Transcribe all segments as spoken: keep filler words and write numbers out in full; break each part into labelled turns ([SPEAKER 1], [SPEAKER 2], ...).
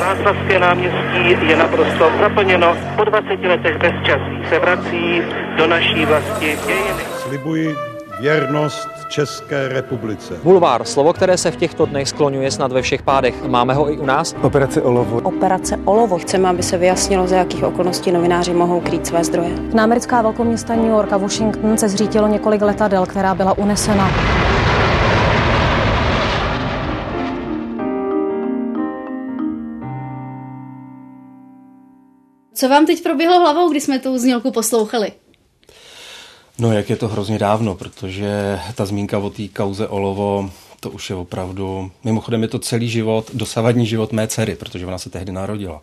[SPEAKER 1] Václavské náměstí je naprosto zaplněno. Po dvaceti letech bezčasí se vrací do naší vlasti dějiny.
[SPEAKER 2] Slibuji věrnost České republice.
[SPEAKER 3] Bulvár, slovo, které se v těchto dnech skloňuje snad ve všech pádech. Máme ho i u nás?
[SPEAKER 4] Operace Olovo.
[SPEAKER 5] Operace Olovo. Chceme, aby se vyjasnilo, za jakých okolností novináři mohou krýt své zdroje.
[SPEAKER 6] Na americká velkoměsta New York a Washington se zřítilo několik letadel, která byla unesena.
[SPEAKER 7] Co vám teď proběhlo hlavou, když jsme tu znělku poslouchali?
[SPEAKER 8] No, jak je to hrozně dávno, protože ta zmínka o té kauze Olovo, to už je opravdu... Mimochodem je to celý život, dosavadní život mé dcery, protože ona se tehdy narodila.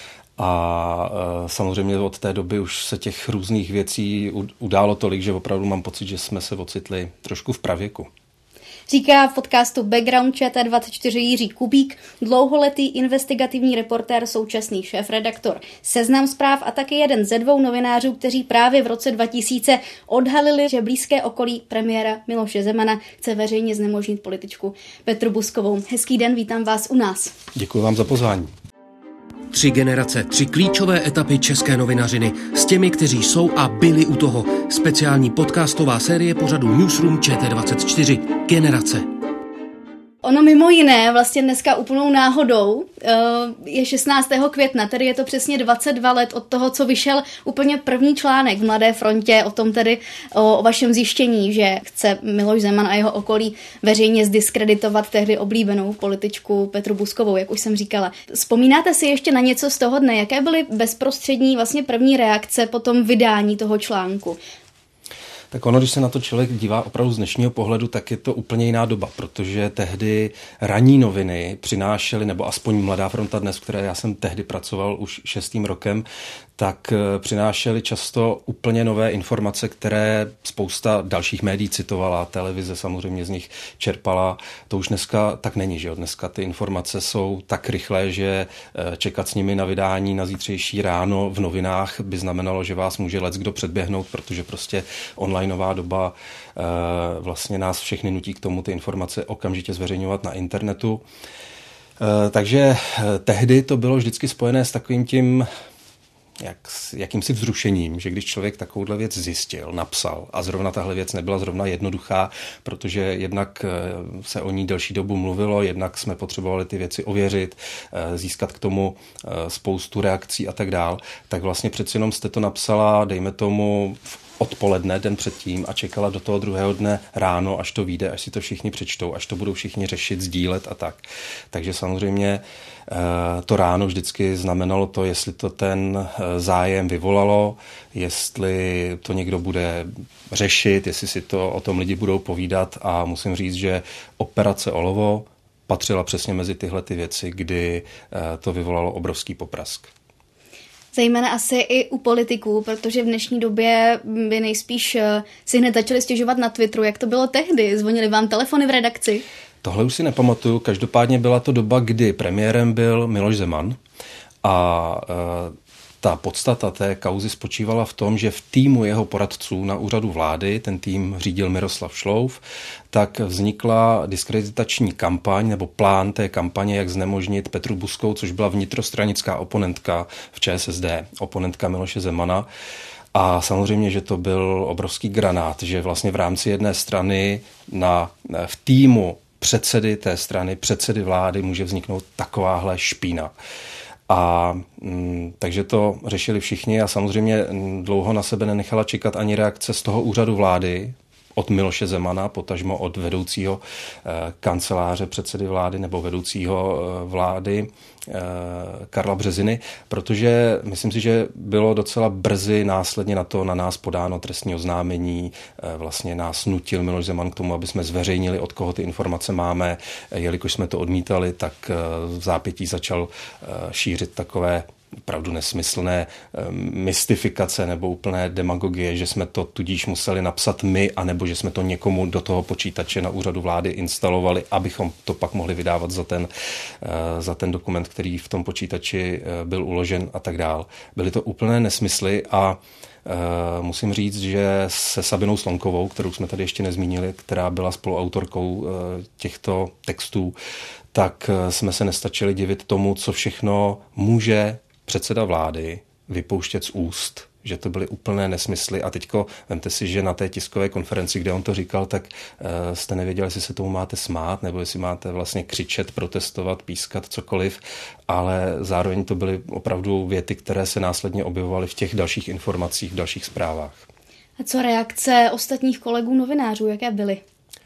[SPEAKER 8] A e, samozřejmě od té doby už se těch různých věcí událo tolik, že opravdu mám pocit, že jsme se ocitli trošku v pravěku.
[SPEAKER 7] Říká v podcastu Background Č T dvacet čtyři Jiří Kubík, dlouholetý investigativní reportér, současný šéfredaktor Seznam Zpráv a taky jeden ze dvou novinářů, kteří právě v roce dva tisíce odhalili, že blízké okolí premiéra Miloše Zemana chce veřejně znemožnit političku Petru Buzkovou. Hezký den, vítám vás u nás.
[SPEAKER 8] Děkuji vám za pozvání.
[SPEAKER 9] Tři generace, tři klíčové etapy české novinařiny s těmi, kteří jsou a byli u toho. Speciální podcastová série pořadu Newsroom Č T dvacet čtyři. Generace.
[SPEAKER 7] Ono mimo jiné, vlastně dneska úplnou náhodou je šestnáctého května, tedy je to přesně dvacet dva let od toho, co vyšel úplně první článek v Mladé frontě o tom tedy o, o vašem zjištění, že chce Miloš Zeman a jeho okolí veřejně zdiskreditovat tehdy oblíbenou političku Petru Buzkovou, jak už jsem říkala. Vzpomínáte si ještě na něco z toho dne? Jaké byly bezprostřední vlastně první reakce po tom vydání toho článku?
[SPEAKER 8] Tak ono, když se na to člověk dívá opravdu z dnešního pohledu, tak je to úplně jiná doba, protože tehdy ranní noviny přinášely, nebo aspoň Mladá fronta dnes, v které já jsem tehdy pracoval už šestým rokem, tak přinášely často úplně nové informace, které spousta dalších médií citovala, televize samozřejmě z nich čerpala. To už dneska tak není, že jo? Dneska ty informace jsou tak rychlé, že čekat s nimi na vydání na zítřejší ráno v novinách by znamenalo, že vás může leckdo předběhnout, protože prostě onlineová doba vlastně nás všechny nutí k tomu ty informace okamžitě zveřejňovat na internetu. Takže tehdy to bylo vždycky spojené s takovým tím jak, jakýmsi vzrušením, že když člověk takovouhle věc zjistil, napsal a zrovna tahle věc nebyla zrovna jednoduchá, protože jednak se o ní delší dobu mluvilo, jednak jsme potřebovali ty věci ověřit, získat k tomu spoustu reakcí a tak dál, tak vlastně přeci jenom jste to napsala, dejme tomu odpoledne, den předtím a čekala do toho druhého dne ráno, až to vyjde, až si to všichni přečtou, až to budou všichni řešit, sdílet a tak. Takže samozřejmě to ráno vždycky znamenalo to, jestli to ten zájem vyvolalo, jestli to někdo bude řešit, jestli si to o tom lidi budou povídat a musím říct, že operace Olovo patřila přesně mezi tyhle ty věci, kdy to vyvolalo obrovský poprask.
[SPEAKER 7] Zejména asi i u politiků, protože v dnešní době by nejspíš si hned začali stěžovat na Twitteru. Jak to bylo tehdy? Zvonili vám telefony v redakci?
[SPEAKER 8] Tohle už si nepamatuju. Každopádně byla to doba, kdy premiérem byl Miloš Zeman a e, ta podstata té kauzy spočívala v tom, že v týmu jeho poradců na úřadu vlády, ten tým řídil Miroslav Šlouf, tak vznikla diskreditační kampaň nebo plán té kampaně, jak znemožnit Petru Buzkovou, což byla vnitrostranická oponentka v Č S S D, oponentka Miloše Zemana. A samozřejmě, že to byl obrovský granát, že vlastně v rámci jedné strany na, v týmu předsedy té strany, předsedy vlády může vzniknout takováhle špína. A m, takže to řešili všichni a samozřejmě dlouho na sebe nenechala čekat ani reakce z toho úřadu vlády, od Miloše Zemana, potažmo od vedoucího eh, kanceláře předsedy vlády nebo vedoucího eh, vlády eh, Karla Březiny, protože myslím si, že bylo docela brzy následně na to na nás podáno trestní oznámení, eh, vlastně nás nutil Miloš Zeman k tomu, aby jsme zveřejnili, od koho ty informace máme, jelikož jsme to odmítali, tak eh, v zápětí začal eh, šířit takové opravdu nesmyslné mystifikace nebo úplné demagogie, že jsme to tudíž museli napsat my, anebo že jsme to někomu do toho počítače na úřadu vlády instalovali, abychom to pak mohli vydávat za ten, za ten dokument, který v tom počítači byl uložen a tak dál. Byly to úplné nesmysly a Uh, musím říct, že se Sabinou Slonkovou, kterou jsme tady ještě nezmínili, která byla spoluautorkou uh, těchto textů, tak uh, jsme se nestačili divit tomu, co všechno může předseda vlády vypouštět z úst, že to byly úplné nesmysly a teďko vemte si, že na té tiskové konferenci, kde on to říkal, tak uh, jste nevěděli, jestli se tomu máte smát, nebo jestli máte vlastně křičet, protestovat, pískat, cokoliv, ale zároveň to byly opravdu věty, které se následně objevovaly v těch dalších informacích, v dalších zprávách.
[SPEAKER 7] A co reakce ostatních kolegů novinářů, jaké byly?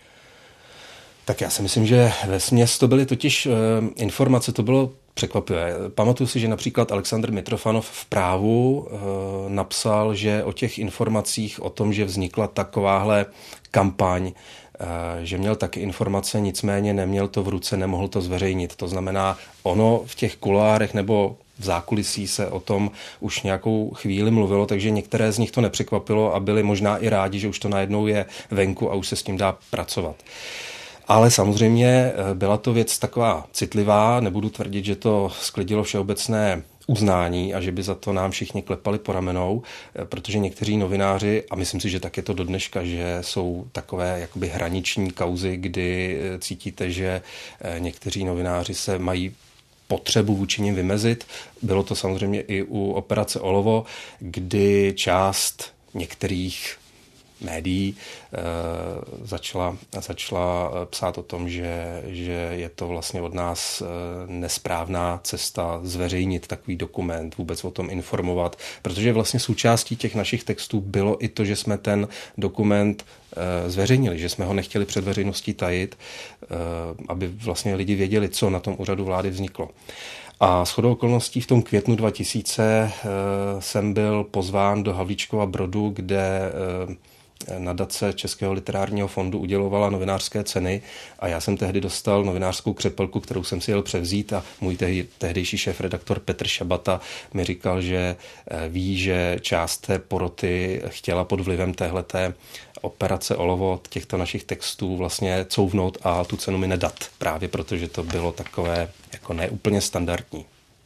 [SPEAKER 8] Tak já si myslím, že vesměs to byly totiž uh, informace, to bylo překvapivé. Pamatuju si, že například Alexandr Mitrofanov v Právu e, napsal, že o těch informacích o tom, že vznikla takováhle kampaň, e, že měl taky informace, nicméně neměl to v ruce, nemohl to zveřejnit. To znamená, ono v těch kuloárech nebo v zákulisí se o tom už nějakou chvíli mluvilo, takže některé z nich to nepřekvapilo a byli možná i rádi, že už to najednou je venku a už se s tím dá pracovat. Ale samozřejmě byla to věc taková citlivá, nebudu tvrdit, že to sklidilo všeobecné uznání a že by za to nám všichni klepali po ramenou, protože někteří novináři, a myslím si, že tak je to do dneška, že jsou takové jakoby hraniční kauzy, kdy cítíte, že někteří novináři se mají potřebu vůči nim vymezit. Bylo to samozřejmě i u operace Olovo, kdy část některých médií e, začala, začala psát o tom, že, že je to vlastně od nás e, nesprávná cesta zveřejnit takový dokument, vůbec o tom informovat, protože vlastně součástí těch našich textů bylo i to, že jsme ten dokument e, zveřejnili, že jsme ho nechtěli před veřejností tajit, e, aby vlastně lidi věděli, co na tom úřadu vlády vzniklo. A shodou okolností v tom květnu dva tisíce e, jsem byl pozván do Havlíčkova Brodu, kde e, nadace Českého literárního fondu udělovala novinářské ceny a já jsem tehdy dostal novinářskou křepelku, kterou jsem si jel převzít a můj tehdejší šéfredaktor Petr Šabata mi říkal, že ví, že část té poroty chtěla pod vlivem téhleté operace Olovo těchto našich textů vlastně couvnout a tu cenu mi nedat, právě protože to bylo takové jako neúplně standardní.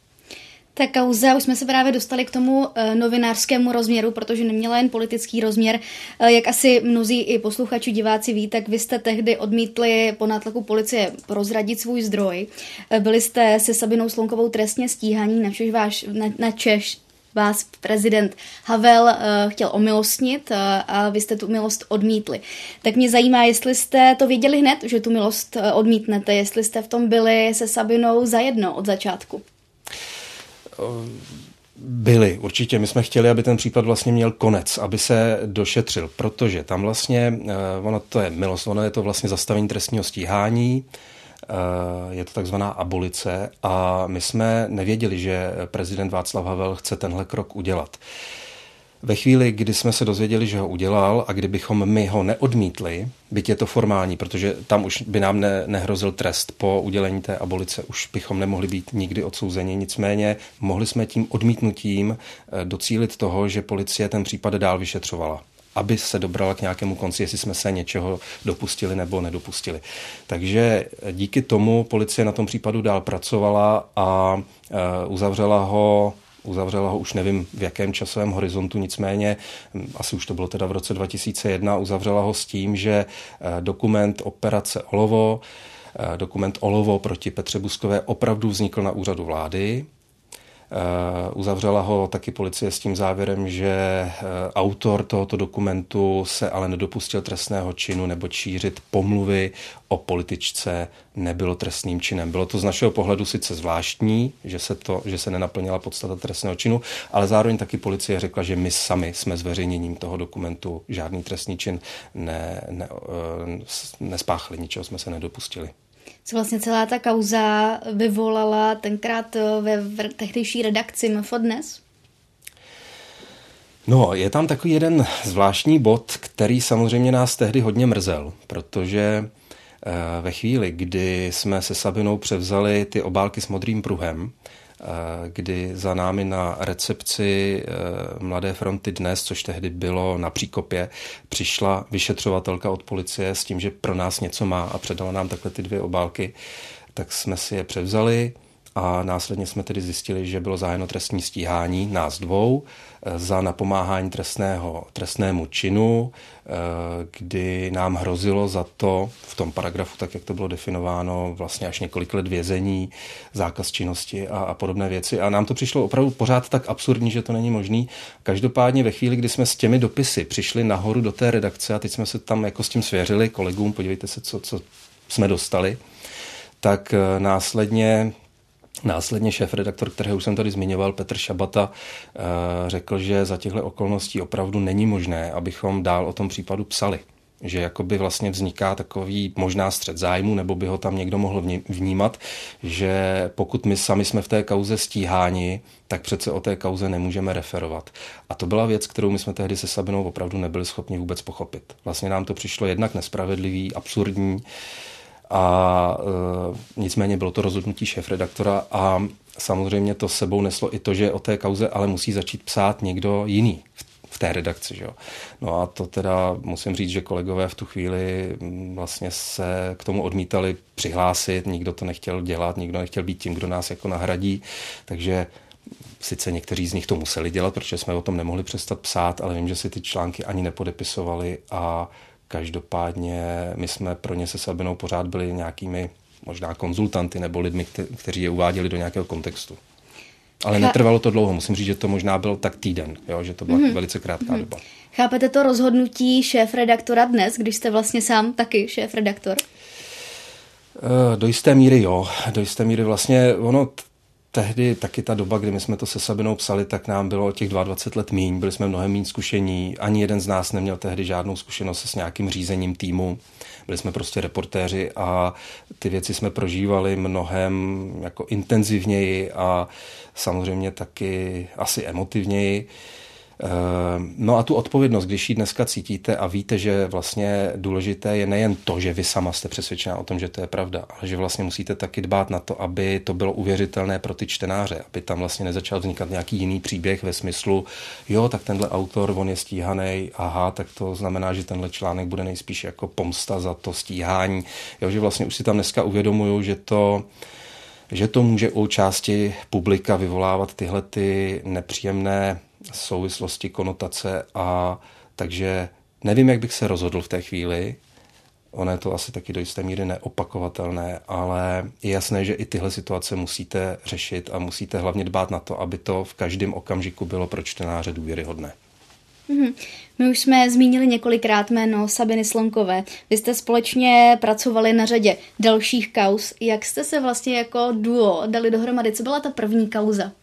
[SPEAKER 7] Ta kauza, už jsme se právě dostali k tomu e, novinářskému rozměru, protože neměla jen politický rozměr. E, jak asi mnozí i posluchači, diváci ví, tak vy jste tehdy odmítli po nátlaku policie prozradit svůj zdroj. E, byli jste se Sabinou Slonkovou trestně stíhaní, načež váš, na, načež vás prezident Havel e, chtěl omilostnit e, a vy jste tu milost odmítli. Tak mě zajímá, jestli jste to věděli hned, že tu milost e, odmítnete, jestli jste v tom byli se Sabinou zajedno od začátku.
[SPEAKER 8] Byli, určitě. My jsme chtěli, aby ten případ vlastně měl konec, aby se došetřil, protože tam vlastně, ono to je milost, ono je to vlastně zastavení trestního stíhání, je to takzvaná abolice a my jsme nevěděli, že prezident Václav Havel chce tenhle krok udělat. Ve chvíli, kdy jsme se dozvěděli, že ho udělal a kdybychom my ho neodmítli, byť je to formální, protože tam už by nám ne, nehrozil trest po udělení té abolice, už bychom nemohli být nikdy odsouzeni, nicméně mohli jsme tím odmítnutím docílit toho, že policie ten případ dál vyšetřovala, aby se dobrala k nějakému konci, jestli jsme se něčeho dopustili nebo nedopustili. Takže díky tomu policie na tom případu dál pracovala a uzavřela ho Uzavřela ho už nevím v jakém časovém horizontu, nicméně asi už to bylo teda v roce dva tisíce jedna, uzavřela ho s tím, že dokument operace Olovo, dokument Olovo proti Petře Buzkové opravdu vznikl na úřadu vlády. Uzavřela ho taky policie s tím závěrem, že autor tohoto dokumentu se ale nedopustil trestného činu, nebo šířit pomluvy o političce nebylo trestným činem. Bylo to z našeho pohledu sice zvláštní, že se, to, že se nenaplnila podstata trestného činu, ale zároveň taky policie řekla, že my sami jsme zveřejněním toho dokumentu žádný trestný čin ne, ne, nespáchli, ničeho jsme se nedopustili.
[SPEAKER 7] Co vlastně celá ta kauza vyvolala tenkrát ve tehdejší redakci M F Dnes?
[SPEAKER 8] No, je tam takový jeden zvláštní bod, který samozřejmě nás tehdy hodně mrzel, protože ve chvíli, kdy jsme se Sabinou převzali ty obálky s modrým pruhem, kdy za námi na recepci Mladé fronty Dnes, což tehdy bylo na Příkopě, přišla vyšetřovatelka od policie s tím, že pro nás něco má a předala nám takhle ty dvě obálky, tak jsme si je převzali a následně jsme tedy zjistili, že bylo zahájeno trestní stíhání nás dvou za napomáhání trestného, trestnému činu, kdy nám hrozilo za to, v tom paragrafu, tak jak to bylo definováno, vlastně až několik let vězení, zákaz činnosti a, a podobné věci. A nám to přišlo opravdu pořád tak absurdní, že to není možný. Každopádně ve chvíli, kdy jsme s těmi dopisy přišli nahoru do té redakce a teď jsme se tam jako s tím svěřili kolegům, podívejte se, co, co jsme dostali, tak následně Následně šéfredaktor, kterého už jsem tady zmiňoval, Petr Šabata, řekl, že za těchto okolností opravdu není možné, abychom dál o tom případu psali. Že jakoby vlastně vzniká takový možná střet zájmu, nebo by ho tam někdo mohl vnímat, že pokud my sami jsme v té kauze stíháni, tak přece o té kauze nemůžeme referovat. A to byla věc, kterou my jsme tehdy se Sabinou opravdu nebyli schopni vůbec pochopit. Vlastně nám to přišlo jednak nespravedlivý, absurdní, a e, nicméně bylo to rozhodnutí šéfredaktora a samozřejmě to sebou neslo i to, že o té kauze ale musí začít psát někdo jiný v, v té redakci. Že jo? No a to teda musím říct, že kolegové v tu chvíli vlastně se k tomu odmítali přihlásit, nikdo to nechtěl dělat, nikdo nechtěl být tím, kdo nás jako nahradí, takže sice někteří z nich to museli dělat, protože jsme o tom nemohli přestat psát, ale vím, že si ty články ani nepodepisovali a každopádně my jsme pro ně se Sabinou pořád byli nějakými možná konzultanty nebo lidmi, kte- kteří je uváděli do nějakého kontextu. Ale netrvalo to dlouho, musím říct, že to možná byl tak týden, jo, že to byla mm-hmm. velice krátká mm-hmm. doba.
[SPEAKER 7] Chápete to rozhodnutí šéfredaktora Dnes, když jste vlastně sám taky šéfredaktor?
[SPEAKER 8] Do jisté míry jo, do jisté míry vlastně ono t- tehdy taky ta doba, kdy my jsme to se Sabinou psali, tak nám bylo těch dvacet dva let míň, byli jsme mnohem míň zkušení, ani jeden z nás neměl tehdy žádnou zkušenost s nějakým řízením týmu, byli jsme prostě reportéři a ty věci jsme prožívali mnohem jako intenzivněji a samozřejmě taky asi emotivněji. No a tu odpovědnost, když ji dneska cítíte a víte, že vlastně důležité je nejen to, že vy sama jste přesvědčená o tom, že to je pravda, ale že vlastně musíte taky dbát na to, aby to bylo uvěřitelné pro ty čtenáře, aby tam vlastně nezačal vznikat nějaký jiný příběh ve smyslu, jo, tak tenhle autor, on je stíhaný, aha, tak to znamená, že tenhle článek bude nejspíš jako pomsta za to stíhání. Jo, že vlastně už si tam dneska uvědomuju, že to že to může u části publika vyvolávat tyhle ty nepříjemné souvislosti, konotace a takže nevím, jak bych se rozhodl v té chvíli. Ono je to asi taky do jisté míry neopakovatelné, ale je jasné, že i tyhle situace musíte řešit a musíte hlavně dbát na to, aby to v každém okamžiku bylo pro čtenáře důvěryhodné.
[SPEAKER 7] Mm-hmm. My už jsme zmínili několikrát jméno Sabiny Slonkové. Vy jste společně pracovali na řadě dalších kauz. Jak jste se vlastně jako duo dali dohromady? Co byla ta první kauza?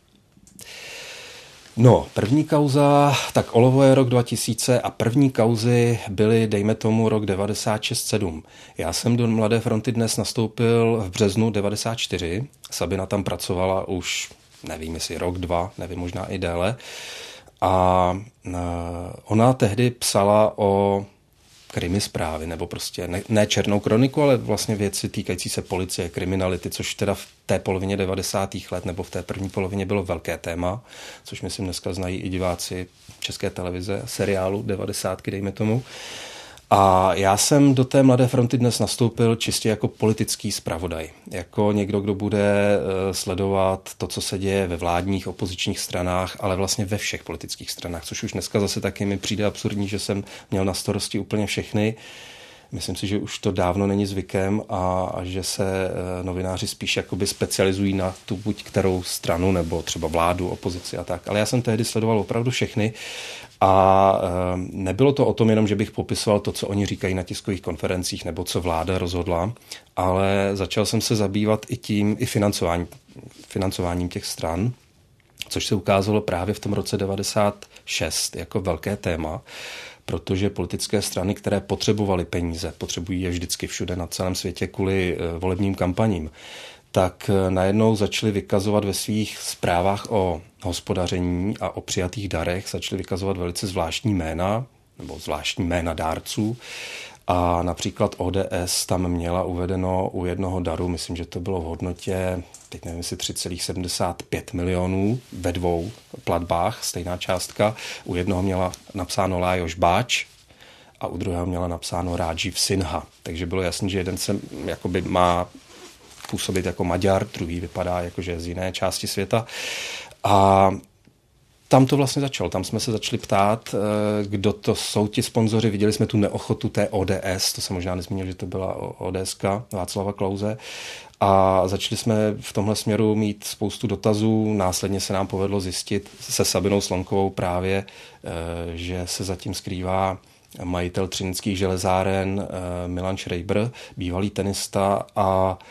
[SPEAKER 8] No, první kauza, tak Olovo je rok dva tisíce a první kauzy byly, dejme tomu, rok devadesát šest sedm. Já jsem do Mladé fronty Dnes nastoupil v březnu devadesát čtyři. Sabina tam pracovala už, nevím, jestli rok, dva, nevím, možná i déle. A ona tehdy psala o krimi zprávy, nebo prostě ne, ne černou kroniku, ale vlastně věci týkající se policie, kriminality, což teda v té polovině devadesátých let nebo v té první polovině bylo velké téma, což myslím dneska znají i diváci České televize, seriálu devadesátky, dejme tomu. A já jsem do té Mladé fronty Dnes nastoupil čistě jako politický zpravodaj. Jako někdo, kdo bude sledovat to, co se děje ve vládních opozičních stranách, ale vlastně ve všech politických stranách, což už dneska zase taky mi přijde absurdní, že jsem měl na starosti úplně všechny. Myslím si, že už to dávno není zvykem a, a že se novináři spíš jakoby specializují na tu buď kterou stranu, nebo třeba vládu, opozici a tak. Ale já jsem tehdy sledoval opravdu všechny. A nebylo to o tom jenom, že bych popisoval to, co oni říkají na tiskových konferencích nebo co vláda rozhodla, ale začal jsem se zabývat i tím, i financování, financováním těch stran, což se ukázalo právě v tom roce devadesát šest jako velké téma, protože politické strany, které potřebovaly peníze, potřebují je vždycky všude na celém světě kvůli volebním kampaním, tak najednou začali vykazovat ve svých zprávách o hospodaření a o přijatých darech, začali vykazovat velice zvláštní jména, nebo zvláštní jména dárců. A například O D S tam měla uvedeno u jednoho daru, myslím, že to bylo v hodnotě, teď nevím, jestli tři celá sedmdesát pět milionů ve dvou platbách, stejná částka. U jednoho měla napsáno Lajos Báč a u druhého měla napsáno Rajiv Sinha. Takže bylo jasné, že jeden se jakoby má působit jako Maďar, druhý vypadá jako, že je z jiné části světa. A tam to vlastně začalo. Tam jsme se začali ptát, kdo to jsou ti sponzoři. Viděli jsme tu neochotu té O D S, to jsem možná nezmínil, že to byla ODSka Václava Klause. A začali jsme v tomhle směru mít spoustu dotazů. Následně se nám povedlo zjistit se Sabinou Slonkovou právě, že se zatím skrývá majitel třineckých železáren Milan Schreiber, bývalý tenista, a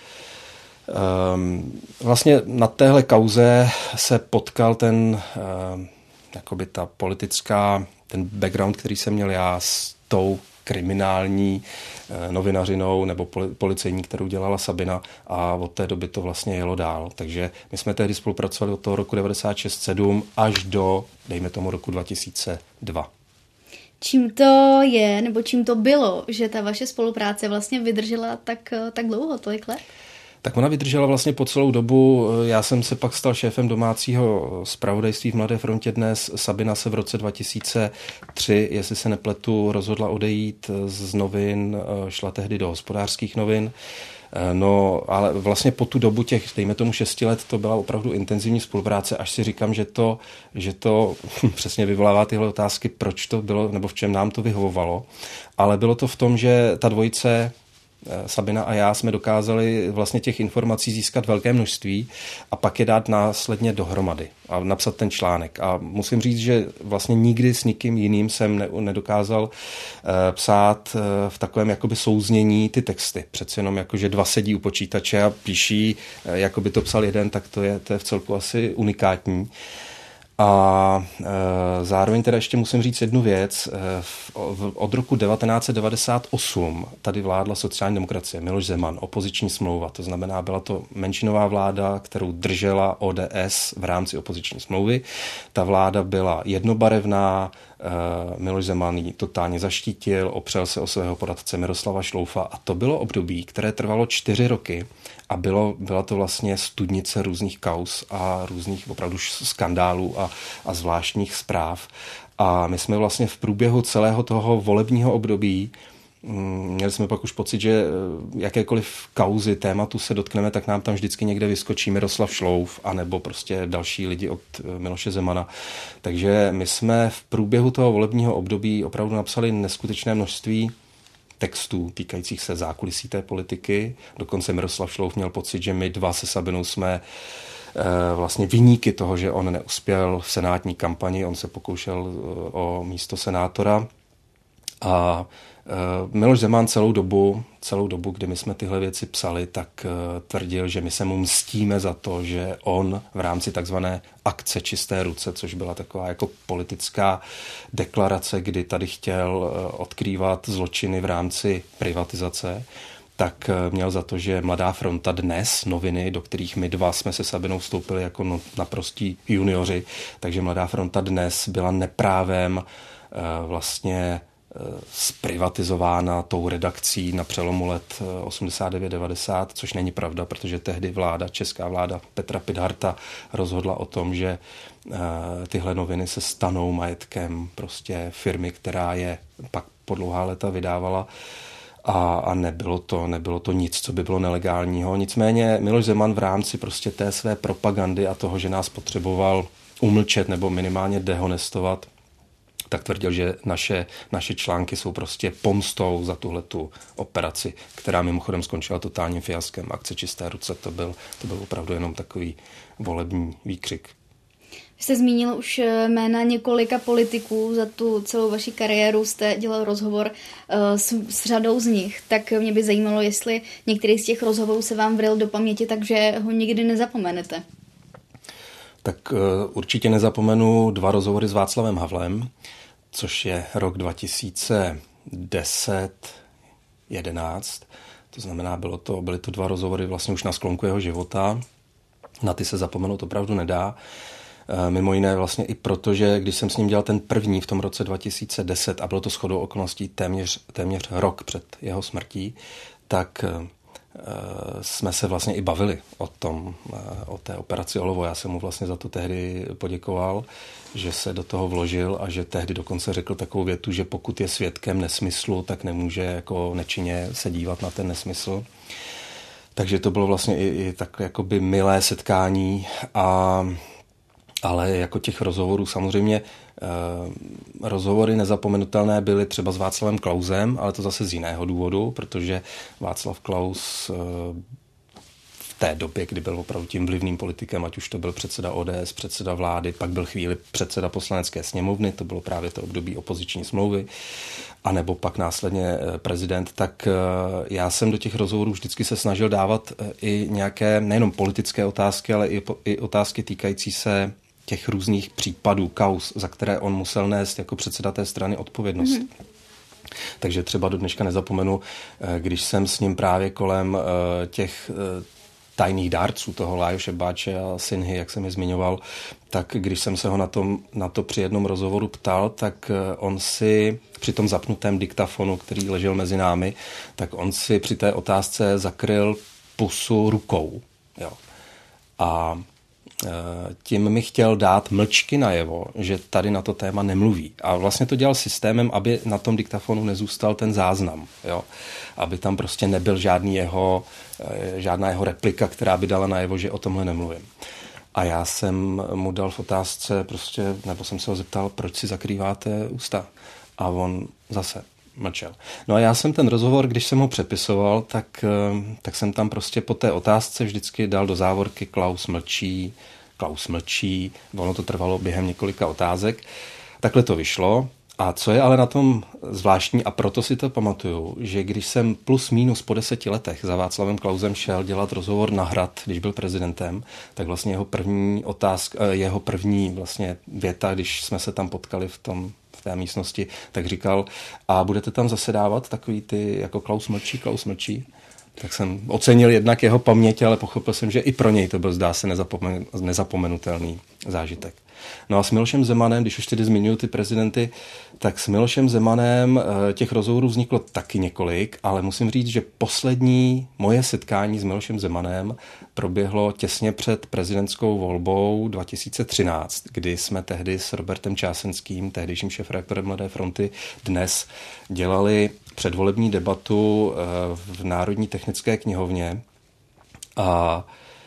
[SPEAKER 8] Um, vlastně na téhle kauze se potkal ten, um, jakoby ta politická, ten background, který jsem měl já s tou kriminální uh, novinařinou nebo poli, policejní, kterou dělala Sabina, a od té doby to vlastně jelo dál. Takže my jsme tehdy spolupracovali od toho roku devadesát šest sedm až do, dejme tomu, roku dva tisíce dva.
[SPEAKER 7] Čím to je, nebo čím to bylo, že ta vaše spolupráce vlastně vydržela tak, tak dlouho, tolik let?
[SPEAKER 8] Tak ona vydržela vlastně po celou dobu. Já jsem se pak stal šéfem domácího zpravodajství v Mladé frontě Dnes. Sabina se v roce dva tisíce tři, jestli se nepletu, rozhodla odejít z novin, šla tehdy do Hospodářských novin. No, ale vlastně po tu dobu těch, dejme tomu šesti let, to byla opravdu intenzivní spolupráce, až si říkám, že to, že to přesně vyvolává tyhle otázky, proč to bylo, nebo v čem nám to vyhovovalo. Ale bylo to v tom, že ta dvojice, Sabina a já, jsme dokázali vlastně těch informací získat velké množství a pak je dát následně dohromady a napsat ten článek. A musím říct, že vlastně nikdy s nikým jiným jsem ne, nedokázal uh, psát uh, v takovém jakoby souznění ty texty. Přece jenom jako, že dva sedí u počítače a píší, uh, jako by to psal jeden, tak to je, to je v celku asi unikátní. A e, zároveň teda ještě musím říct jednu věc. E, v, v, od roku devatenáct set devadesát osm tady vládla sociální demokracie, Miloš Zeman, opoziční smlouva. To znamená, byla to menšinová vláda, kterou držela O D S v rámci opoziční smlouvy. Ta vláda byla jednobarevná, e, Miloš Zeman ji totálně zaštítil, opřel se o svého poradce Miroslava Šloufa a to bylo období, které trvalo čtyři roky. A bylo, byla to vlastně studnice různých kauz a různých opravdu skandálů a, a zvláštních zpráv. A my jsme vlastně v průběhu celého toho volebního období měli jsme pak už pocit, že jakékoliv kauzy, tématu se dotkneme, tak nám tam vždycky někde vyskočí Miroslav Šlouf anebo prostě další lidi od Miloše Zemana. Takže my jsme v průběhu toho volebního období opravdu napsali neskutečné množství textů týkajících se zákulisí té politiky. Dokonce Miroslav Šlouf měl pocit, že my dva se Sabinou jsme e, vlastně viníky toho, že on neuspěl v senátní kampani, on se pokoušel o místo senátora. A e, Miloš Zeman celou dobu, celou dobu, kdy my jsme tyhle věci psali, tak e, tvrdil, že my se mu mstíme za to, že on v rámci takzvané akce Čisté ruce, což byla taková jako politická deklarace, kdy tady chtěl e, odkrývat zločiny v rámci privatizace, tak e, měl za to, že Mladá fronta Dnes, noviny, do kterých my dva jsme se Sabinou vstoupili jako no, naprostí junioři, takže Mladá fronta Dnes byla neprávem e, vlastně zprivatizována tou redakcí na přelomu let osmdesát devět devadesát, což není pravda, protože tehdy vláda, česká vláda Petra Pidharta rozhodla o tom, že tyhle noviny se stanou majetkem prostě firmy, která je pak po dlouhá léta vydávala. A, a nebylo to, nebylo to nic, co by bylo nelegálního. Nicméně Miloš Zeman v rámci prostě té své propagandy a toho, že nás potřeboval umlčet nebo minimálně dehonestovat, tak tvrdil, že naše, naše články jsou prostě pomstou za tuhletu operaci, která mimochodem skončila totálním fiaskem. Akce Čisté ruce, to byl, to byl opravdu jenom takový volební výkřik.
[SPEAKER 7] Vy jste zmínil už jména několika politiků, za tu celou vaši kariéru jste dělal rozhovor uh, s, s řadou z nich, tak mě by zajímalo, jestli některý z těch rozhovorů se vám vril do paměti, takže ho nikdy nezapomenete.
[SPEAKER 8] Tak uh, určitě nezapomenu dva rozhovory s Václavem Havlem, což je rok dva tisíce deset jedenáct. To znamená, bylo to, byly to dva rozhovory vlastně už na sklonku jeho života. Na ty se zapomenout opravdu nedá. Mimo jiné vlastně i proto, že když jsem s ním dělal ten první v tom roce dva tisíce deset a bylo to shodou okolností téměř, téměř rok před jeho smrtí, tak jsme se vlastně i bavili o tom, o té operaci Olovo. Já jsem mu vlastně za to tehdy poděkoval, že se do toho vložil a že tehdy dokonce řekl takovou větu, že pokud je svědkem nesmyslu, tak nemůže jako nečinně se dívat na ten nesmysl. Takže to bylo vlastně i, i tak jakoby milé setkání, a, ale jako těch rozhovorů samozřejmě eh, rozhovory nezapomenutelné byly třeba s Václavem Klausem, ale to zase z jiného důvodu, protože Václav Klaus eh, v té době, kdy byl opravdu tím vlivným politikem, ať už to byl předseda O D S, předseda vlády, pak byl chvíli předseda Poslanecké sněmovny, to bylo právě to období opoziční smlouvy, anebo pak následně prezident, tak já jsem do těch rozhovorů vždycky se snažil dávat i nějaké nejenom politické otázky, ale i, i otázky týkající se těch různých případů, kauz, za které on musel nést jako předseda té strany odpovědnost. Mm-hmm. Takže třeba do dneška nezapomenu, když jsem s ním právě kolem těch tajných dárců, toho Lajoše Báče a Sinhy, jak jsem je zmiňoval, tak když jsem se ho na, tom, na to při jednom rozhovoru ptal, tak on si při tom zapnutém diktafonu, který ležel mezi námi, tak on si při té otázce zakryl pusu rukou. Jo. A tím mi chtěl dát mlčky najevo, že tady na to téma nemluví. A vlastně to dělal systémem, aby na tom diktafonu nezůstal ten záznam. Jo? Aby tam prostě nebyl žádný jeho, žádná jeho replika, která by dala najevo, že o tomhle nemluvím. A já jsem mu dal v otázce prostě, nebo jsem se ho zeptal, proč si zakrýváte ústa? A on zase mlčel. No a já jsem ten rozhovor, když jsem ho přepisoval, tak, tak jsem tam prostě po té otázce vždycky dal do závorky Klaus mlčí, Klaus mlčí, ono to trvalo během několika otázek. Takhle to vyšlo. A co je ale na tom zvláštní, a proto si to pamatuju, že když jsem plus minus po deseti letech za Václavem Klausem šel dělat rozhovor na Hrad, když byl prezidentem, tak vlastně jeho první otázka, jeho první vlastně věta, když jsme se tam potkali v tom v té místnosti, tak říkal, a budete tam zasedávat takový ty, jako Klaus mlčí, Klaus mlčí? Tak jsem ocenil jednak jeho paměť, ale pochopil jsem, že i pro něj to byl, zdá se, nezapomen, nezapomenutelný zážitek. No a s Milošem Zemanem, když už tedy zmiňuji ty prezidenty, tak s Milošem Zemanem těch rozhovorů vzniklo taky několik, ale musím říct, že poslední moje setkání s Milošem Zemanem proběhlo těsně před prezidentskou volbou dva tisíce třináct, kdy jsme tehdy s Robertem Čásenským, tehdejším šéfredaktorem Mladé fronty, dnes dělali předvolební debatu v Národní technické knihovně a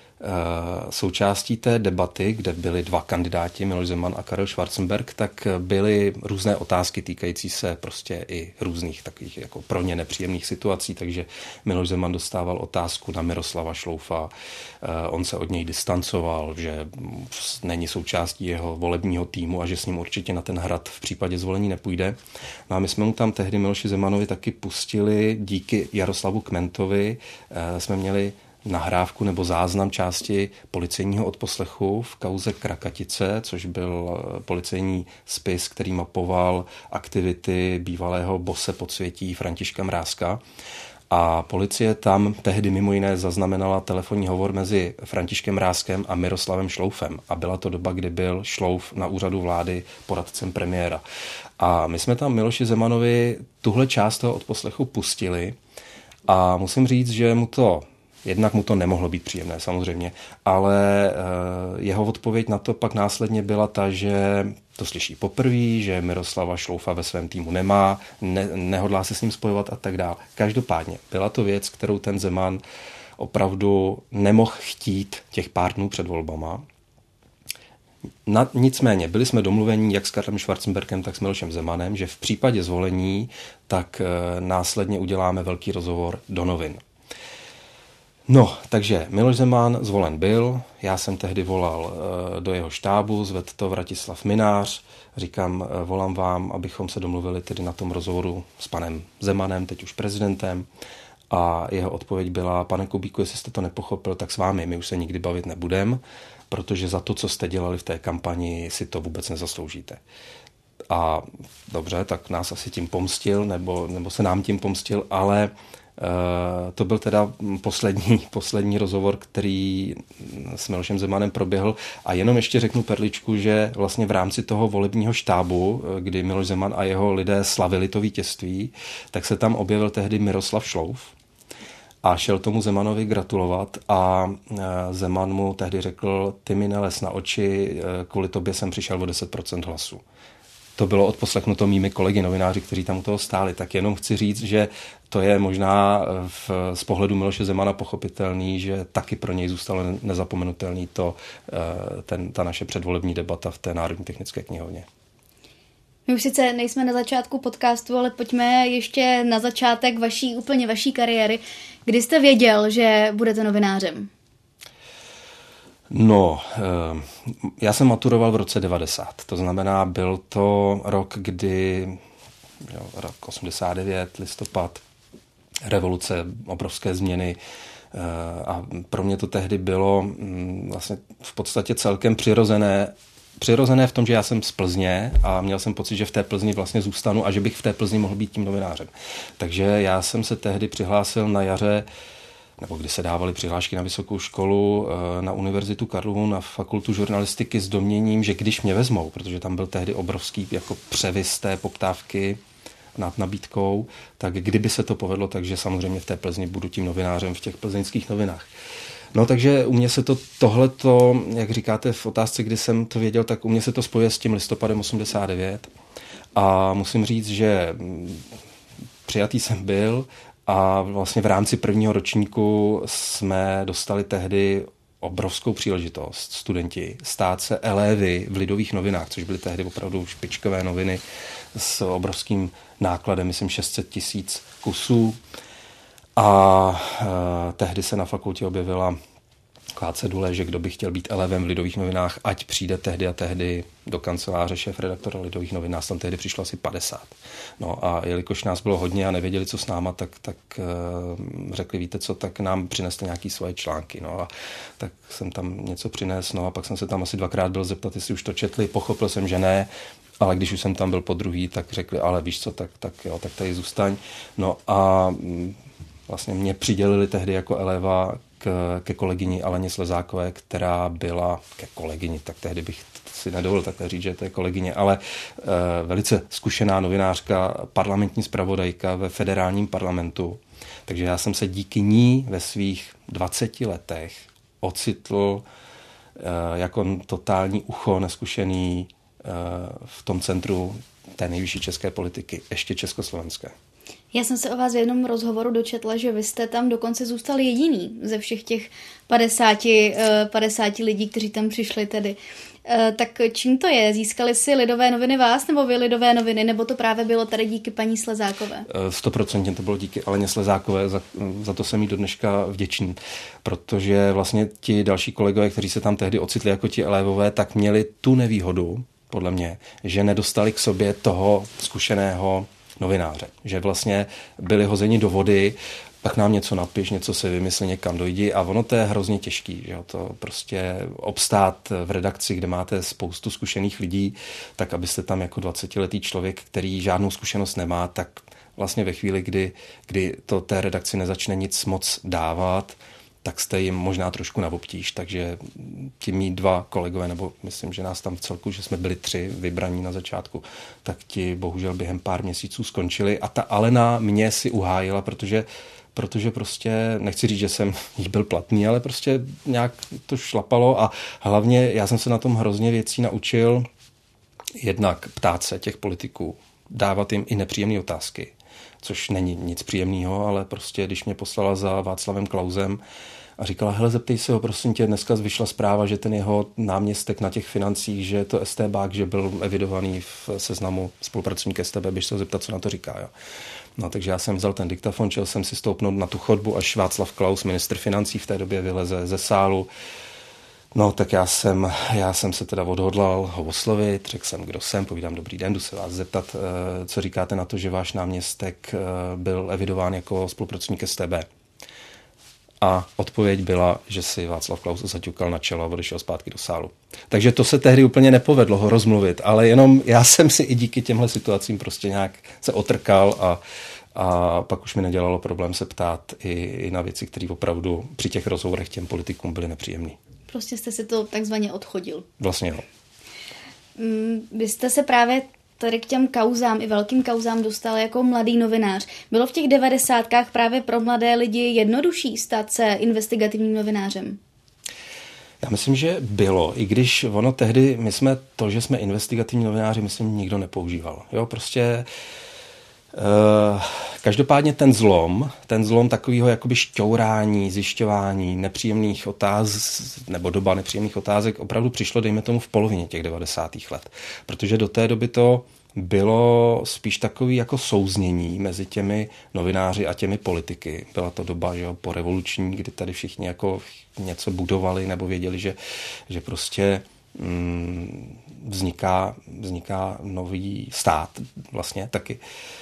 [SPEAKER 8] součástí té debaty, kde byli dva kandidáti, Miloš Zeman a Karel Schwarzenberg, tak byly různé otázky týkající se prostě i různých takových jako pro ně nepříjemných situací, takže Miloš Zeman dostával otázku na Miroslava Šloufa, on se od něj distancoval, že není součástí jeho volebního týmu a že s ním určitě na ten Hrad v případě zvolení nepůjde. No a my jsme mu tam tehdy Miloši Zemanovi taky pustili, díky Jaroslavu Kmentovi jsme měli nahrávku nebo záznam části policejního odposlechu v kauze Krakatice, což byl policejní spis, který mapoval aktivity bývalého bose podsvětí Františka Mrázka. A policie tam tehdy mimo jiné zaznamenala telefonní hovor mezi Františkem Mrázkem a Miroslavem Šloufem. A byla to doba, kdy byl Šlouf na úřadu vlády poradcem premiéra. A my jsme tam Miloši Zemanovi tuhle část toho odposlechu pustili a musím říct, že mu to jednak mu to nemohlo být příjemné, samozřejmě, ale jeho odpověď na to pak následně byla ta, že to slyší poprvé, že Miroslava Šloufa ve svém týmu nemá, ne, nehodlá se s ním spojovat a tak dále. Každopádně byla to věc, kterou ten Zeman opravdu nemohl chtít těch pár dnů před volbama. Na, nicméně byli jsme domluveni jak s Karlem Schwarzenbergem, tak s Milošem Zemanem, že v případě zvolení tak e, následně uděláme velký rozhovor do novin. No, takže Miloš Zeman zvolen byl, já jsem tehdy volal e, do jeho štábu, zvedl to Vratislav Minář, říkám, e, volám vám, abychom se domluvili tedy na tom rozhovoru s panem Zemanem, teď už prezidentem, a jeho odpověď byla, pane Kubíku, jestli jste to nepochopil, tak s vámi my už se nikdy bavit nebudem, protože za to, co jste dělali v té kampani, si to vůbec nezasloužíte. A dobře, tak nás asi tím pomstil, nebo, nebo se nám tím pomstil, ale To byl teda poslední, poslední rozhovor, který s Milošem Zemanem proběhl. A jenom ještě řeknu perličku, že vlastně v rámci toho volebního štábu, kdy Miloš Zeman a jeho lidé slavili to vítězství, tak se tam objevil tehdy Miroslav Šlouf a šel tomu Zemanovi gratulovat a Zeman mu tehdy řekl: ty mi nelez na oči, kvůli tobě jsem přišel o deset procent hlasů. To bylo odposlechnuto mými kolegy novináři, kteří tam u toho stáli. Tak jenom chci říct, že to je možná v, z pohledu Miloše Zemana pochopitelný, že taky pro něj zůstalo nezapomenutelný to, ten, ta naše předvolební debata v té Národní technické knihovně.
[SPEAKER 7] My už sice nejsme na začátku podcastu, ale pojďme ještě na začátek vaší, úplně vaší kariéry. Kdy jste věděl, že budete novinářem?
[SPEAKER 8] No, já jsem maturoval v roce devadesát. To znamená, byl to rok, kdy, jo, rok osmdesát devět, listopad, revoluce, obrovské změny. A pro mě to tehdy bylo vlastně v podstatě celkem přirozené, Přirozené v tom, že já jsem z Plzně a měl jsem pocit, že v té Plzni vlastně zůstanu a že bych v té Plzni mohl být tím novinářem. Takže já jsem se tehdy přihlásil na jaře, nebo kdy se dávaly přihlášky na vysokou školu, na Univerzitu Karlovu, na fakultu žurnalistiky s domněním, že když mě vezmou, protože tam byl tehdy obrovský jako převis té poptávky nad nabídkou, tak kdyby se to povedlo, takže samozřejmě v té Plzni budu tím novinářem v těch plzeňských novinách. No takže u mě se to tohleto, jak říkáte v otázce, kdy jsem to věděl, tak u mě se to spojuje s tím listopadem osmdesát devět a musím říct, že přijatý jsem byl a vlastně v rámci prvního ročníku jsme dostali tehdy obrovskou příležitost, studenti, stát se elévy v Lidových novinách, což byly tehdy opravdu špičkové noviny s obrovským nákladem, myslím šest set tisíc kusů. A e, tehdy se na fakultě objevila taková cedule, že kdo by chtěl být elevem v Lidových novinách, ať přijde tehdy a tehdy do kanceláře šéfredaktora Lidových novin. Nás tam tehdy přišlo asi padesát. No a jelikož nás bylo hodně a nevěděli, co s náma, tak, tak e, řekli, víte co, tak nám přineste nějaký svoje články. No a tak jsem tam něco přinesl, no a pak jsem se tam asi dvakrát byl zeptat, jestli už to četli, pochopil jsem, že ne. Ale když už jsem tam byl po druhý, tak řekli, ale víš co, tak, tak jo, tak tady zůstaň. No a vlastně mě přidělili tehdy jako eleva k, ke kolegyni Aleně Slezákové, která byla ke kolegyni, tak tehdy bych si nedovolil takhle říct, že to je kolegyně, ale e, velice zkušená novinářka, parlamentní zpravodajka ve federálním parlamentu. Takže já jsem se díky ní ve svých dvaceti letech ocitl e, jako totální ucho neskušený e, v tom centru té nejvyšší české politiky, ještě československé.
[SPEAKER 7] Já jsem se o vás v jednom rozhovoru dočetla, že vy jste tam dokonce zůstal jediný ze všech těch padesáti, padesáti lidí, kteří tam přišli tedy. Tak čím to je? Získali si Lidové noviny vás, nebo vy Lidové noviny, nebo to právě bylo tady díky paní Slezákové?
[SPEAKER 8] Stoprocentně to bylo díky Aleně Slezákové, za, za to jsem jí do dneška vděčný, protože vlastně ti další kolegové, kteří se tam tehdy ocitli jako ti elevové, tak měli tu nevýhodu, podle mě, že nedostali k sobě toho zkušeného novináře, že vlastně byli hozeni do vody, tak nám něco napiš, něco se vymysli, někam dojdi a ono to je hrozně těžký, že jo, to prostě obstát v redakci, kde máte spoustu zkušených lidí, tak abyste tam jako dvacetiletý člověk, který žádnou zkušenost nemá, tak vlastně ve chvíli, kdy, kdy to té redakci nezačne nic moc dávat, tak jste jim možná trošku na obtíž, takže ti mý dva kolegové, nebo myslím, že nás tam v celku, že jsme byli tři vybraní na začátku, tak ti bohužel během pár měsíců skončili a ta Alena mě si uhájila, protože, protože prostě, nechci říct, že jsem jí byl platný, ale prostě nějak to šlapalo a hlavně já jsem se na tom hrozně věcí naučil, jednak ptát se těch politiků, dávat jim i nepříjemné otázky, což není nic příjemného, ale prostě když mě poslala za Václavem Klausem a říkala, hele, zeptej se ho, prosím tě, dneska vyšla zpráva, že ten jeho náměstek na těch financích, že je to estébák, že byl evidovaný v seznamu spolupracovník es té bé, běž se ho zeptat, co na to říká. Jo. No, takže já jsem vzal ten diktafon, šel jsem si stoupnout na tu chodbu, až Václav Klaus, ministr financí, v té době vyleze ze sálu. No, tak já jsem, já jsem se teda odhodlal ho oslovit, řekl jsem, kdo jsem, povídám, dobrý den, jdu se vás zeptat, co říkáte na to, že váš náměstek byl evidován jako spolupracovník es té bé. A odpověď byla, že si Václav Klaus zaťukal na čelo a odešel zpátky do sálu. Takže to se tehdy úplně nepovedlo ho rozmluvit, ale jenom já jsem si i díky těmhle situacím prostě nějak se otrkal a, A pak už mi nedělalo problém se ptát i, i na věci, které opravdu při těch rozhovorech těm politikům byly nepříjemné.
[SPEAKER 7] Prostě jste si to takzvaně odchodil.
[SPEAKER 8] Vlastně jo.
[SPEAKER 7] Vy jste se právě tady k těm kauzám, i velkým kauzám dostal jako mladý novinář. Bylo v těch devadesátkách právě pro mladé lidi jednodušší stát se investigativním novinářem?
[SPEAKER 8] Já myslím, že bylo, i když ono tehdy, my jsme to, že jsme investigativní novináři, myslím, nikdo nepoužíval. Jo, prostě Uh, každopádně ten zlom, ten zlom takového jakoby šťourání, zjišťování nepříjemných otázek, nebo doba nepříjemných otázek opravdu přišlo, dejme tomu, v polovině těch devadesátých let. Protože do té doby to bylo spíš takový jako souznění mezi těmi novináři a těmi politiky. Byla to doba, že jo, porevoluční, kdy tady všichni jako něco budovali nebo věděli, že, že prostě mm, vzniká, vzniká nový stát vlastně taky.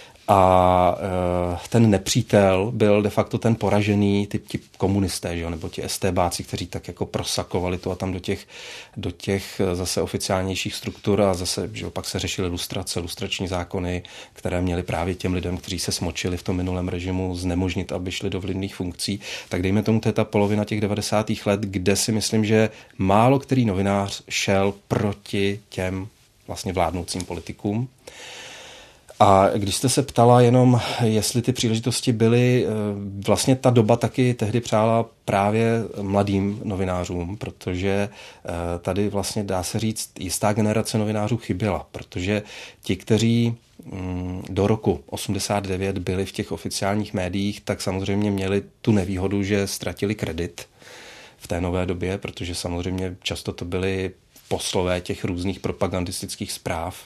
[SPEAKER 8] A ten nepřítel byl de facto ten poražený typ ti komunisté, že jo? Nebo ti estébáci, kteří tak jako prosakovali to a tam do těch, do těch zase oficiálnějších struktur a zase, že jo, pak se řešily lustrace, lustrační zákony, které měly právě těm lidem, kteří se smočili v tom minulém režimu, znemožnit, aby šli do vlivných funkcí. Tak dejme tomu, to je ta polovina těch devadesátých let, kde si myslím, že málo který novinář šel proti těm vlastně vládnoucím politikům. A když jste se ptala jenom, jestli ty příležitosti byly, vlastně ta doba taky tehdy přála právě mladým novinářům, protože tady vlastně dá se říct, jistá generace novinářů chyběla, protože ti, kteří do roku osmdesát devět byli v těch oficiálních médiích, tak samozřejmě měli tu nevýhodu, že ztratili kredit v té nové době, protože samozřejmě často to byly poslové těch různých propagandistických zpráv.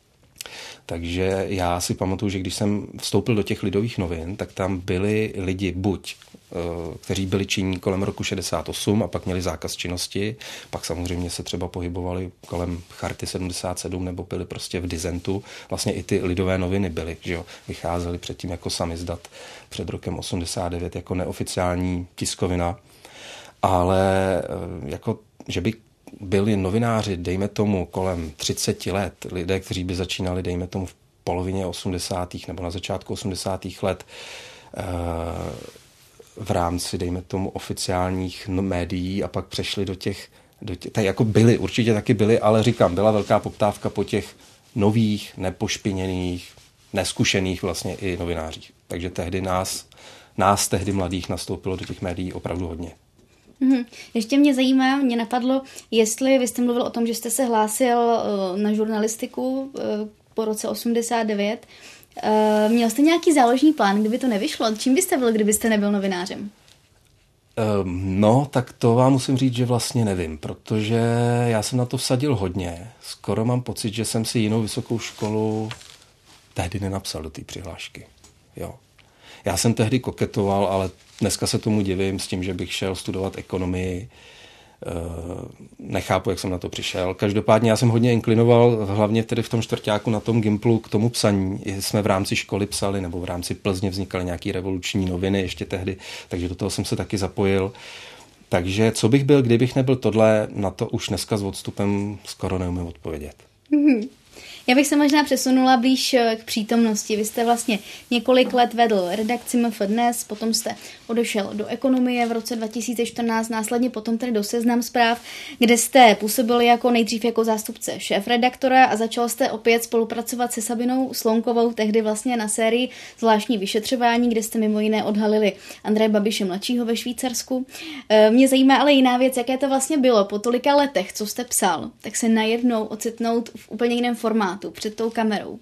[SPEAKER 8] Takže já si pamatuju, že když jsem vstoupil do těch Lidových novin, tak tam byli lidi buď, kteří byli činní kolem roku šedesát osm a pak měli zákaz činnosti, pak samozřejmě se třeba pohybovali kolem Charty sedmdesát sedm nebo byli prostě v dizentu. Vlastně i ty Lidové noviny byly, že jo, vycházely předtím jako samizdat před rokem osmdesát devět jako neoficiální tiskovina, ale jako, že by byli novináři, dejme tomu, kolem třicet let, lidé, kteří by začínali, dejme tomu, v polovině osmdesátých nebo na začátku osmdesátých let v rámci, dejme tomu, oficiálních médií a pak přešli do těch, do těch tak jako byli, určitě taky byli, ale říkám, byla velká poptávka po těch nových, nepošpiněných, neskušených vlastně i novinářích. Takže tehdy nás, nás tehdy mladých nastoupilo do těch médií opravdu hodně.
[SPEAKER 7] Mm-hmm. Ještě mě zajímá, mě napadlo, jestli vy jste mluvil o tom, že jste se hlásil uh, na žurnalistiku uh, po roce osmdesát devět. Uh, měl jste nějaký záložní plán, kdyby to nevyšlo? Čím byste byl, kdybyste nebyl novinářem?
[SPEAKER 8] Um, no, tak to vám musím říct, že vlastně nevím, protože já jsem na to vsadil hodně. Skoro mám pocit, že jsem si jinou vysokou školu tehdy nenapsal do té přihlášky. Jo. Já jsem tehdy koketoval, ale dneska se tomu divím s tím, že bych šel studovat ekonomii. Nechápu, jak jsem na to přišel. Každopádně já jsem hodně inklinoval, hlavně tedy v tom čtvrťáku na tom Gimplu k tomu psaní. Jsme v rámci školy psali, nebo v rámci Plzně vznikaly nějaké revoluční noviny ještě tehdy, takže do toho jsem se taky zapojil. Takže co bych byl, kdybych nebyl tohle, na to už dneska s odstupem skoro neumím odpovědět.
[SPEAKER 7] Mm-hmm. Já bych se možná přesunula blíž k přítomnosti. Vy jste vlastně několik let vedl redakci M F Dnes, potom jste odešel do ekonomie v roce dva tisíce čtrnáct, následně potom tedy do Seznam Zpráv, kde jste působil jako nejdřív jako zástupce šéfredaktora a začal jste opět spolupracovat se Sabinou Slonkovou, tehdy vlastně na sérii Zvláštní vyšetřování, kde jste mimo jiné odhalili Andreje Babiše mladšího ve Švýcarsku. Mě zajímá ale jiná věc, jaké to vlastně bylo po tolika letech, co jste psal, tak se najednou ocitnout v úplně jiném formátu před tou kamerou.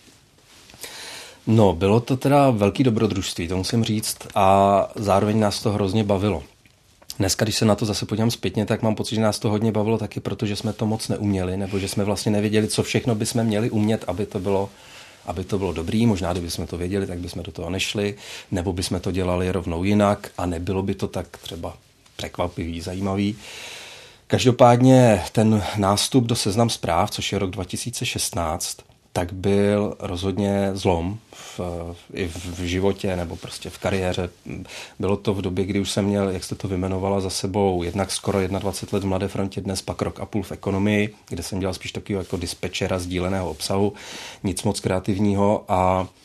[SPEAKER 8] No, bylo to teda velký dobrodružství, to musím říct, a zároveň nás to hrozně bavilo. Dneska, když se na to zase podívám zpětně, tak mám pocit, že nás to hodně bavilo taky, protože jsme to moc neuměli, nebo že jsme vlastně nevěděli, co všechno bychom měli umět, aby to bylo, aby to bylo dobrý. Možná, kdybychom to věděli, tak bychom do toho nešli, nebo bychom to dělali rovnou jinak a nebylo by to tak třeba překvapivý, zajímavý. Každopádně ten nástup do Seznam Zpráv, což je rok dva tisíce šestnáct, tak byl rozhodně zlom v, i v životě nebo prostě v kariéře. Bylo to v době, kdy už jsem měl, jak jste to vyjmenovala, za sebou jednak skoro dvacet jedna let v Mladé frontě, dnes pak rok a půl v ekonomii, kde jsem dělal spíš takového jako dispečera sdíleného obsahu, nic moc kreativního a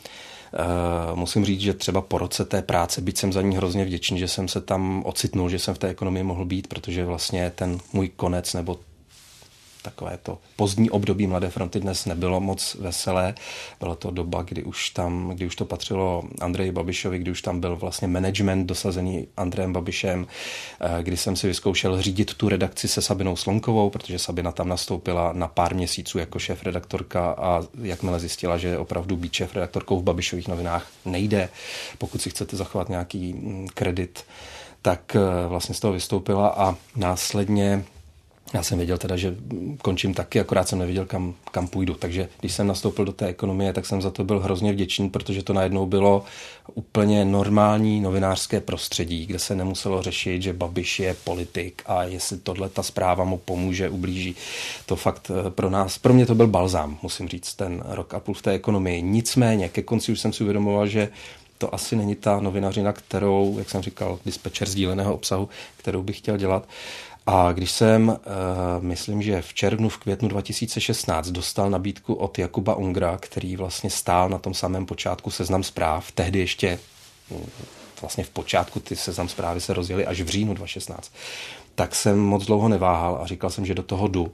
[SPEAKER 8] musím říct, že třeba po roce té práce, byť jsem za ní hrozně vděčný, že jsem se tam ocitnul, že jsem v té ekonomii mohl být, protože vlastně ten můj konec nebo takové to pozdní období Mladé fronty Dnes nebylo moc veselé. Byla to doba, kdy už tam, kdy už to patřilo Andreji Babišovi, kdy už tam byl vlastně management dosazený Andrejem Babišem, kdy jsem si vyzkoušel řídit tu redakci se Sabinou Slonkovou, protože Sabina tam nastoupila na pár měsíců jako šéfredaktorka a jakmile zjistila, že opravdu být šéfredaktorkou v Babišových novinách nejde, pokud si chcete zachovat nějaký kredit, tak vlastně z toho vystoupila a následně já jsem věděl teda, že končím taky, akorát jsem nevěděl, kam, kam půjdu. Takže když jsem nastoupil do té ekonomie, tak jsem za to byl hrozně vděčný, protože to najednou bylo úplně normální novinářské prostředí, kde se nemuselo řešit, že Babiš je politik a jestli tohle ta zpráva mu pomůže, ublíží. To fakt pro nás, pro mě to byl balzám, musím říct, ten rok a půl v té ekonomii. Nicméně, ke konci už jsem si uvědomoval, že to asi není ta novinařina, kterou, jak jsem říkal, dispečer sdíleného obsahu, kterou bych chtěl dělat. A když jsem, uh, myslím, že v červnu, v květnu dva tisíce šestnáct dostal nabídku od Jakuba Ungra, který vlastně stál na tom samém počátku Seznam Zpráv, tehdy ještě vlastně v počátku ty Seznam Zprávy se rozjeli až v říjnu dva tisíce šestnáct, tak jsem moc dlouho neváhal a říkal jsem, že do toho jdu.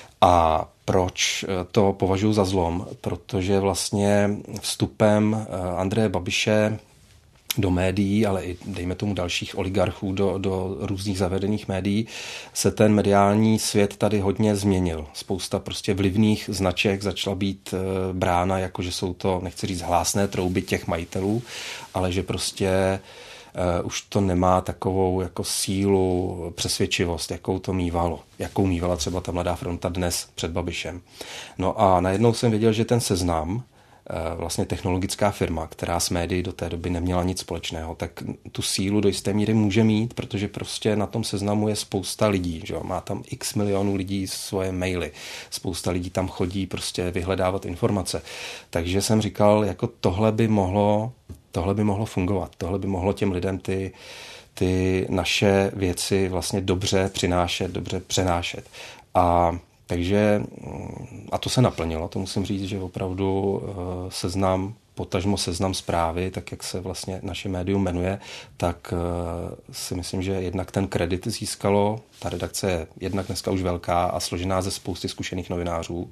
[SPEAKER 8] A proč to považuji za zlom? Protože vlastně vstupem Andreje Babiše do médií, ale i dejme tomu dalších oligarchů do, do různých zavedených médií, se ten mediální svět tady hodně změnil. Spousta prostě vlivných značek začala být e, brána, jako že jsou to, nechci říct hlásné trouby těch majitelů, ale že prostě e, už to nemá takovou jako sílu, přesvědčivost, jakou to mívalo. Jakou mívala třeba ta Mladá fronta Dnes před Babišem. No a najednou jsem věděl, že ten Seznam, vlastně technologická firma, která s médií do té doby neměla nic společného, tak tu sílu do jisté míry může mít, protože prostě na tom Seznamu je spousta lidí, že? Má tam x milionů lidí svoje maily, spousta lidí tam chodí prostě vyhledávat informace. Takže jsem říkal, jako tohle by mohlo, tohle by mohlo fungovat, tohle by mohlo těm lidem ty, ty naše věci vlastně dobře přinášet, dobře přenášet. A takže, a to se naplnilo, to musím říct, že opravdu Seznam, potažmo Seznam Zprávy, tak jak se vlastně naše médium jmenuje, tak si myslím, že jednak ten kredit získalo, ta redakce je jednak dneska už velká a složená ze spousty zkušených novinářů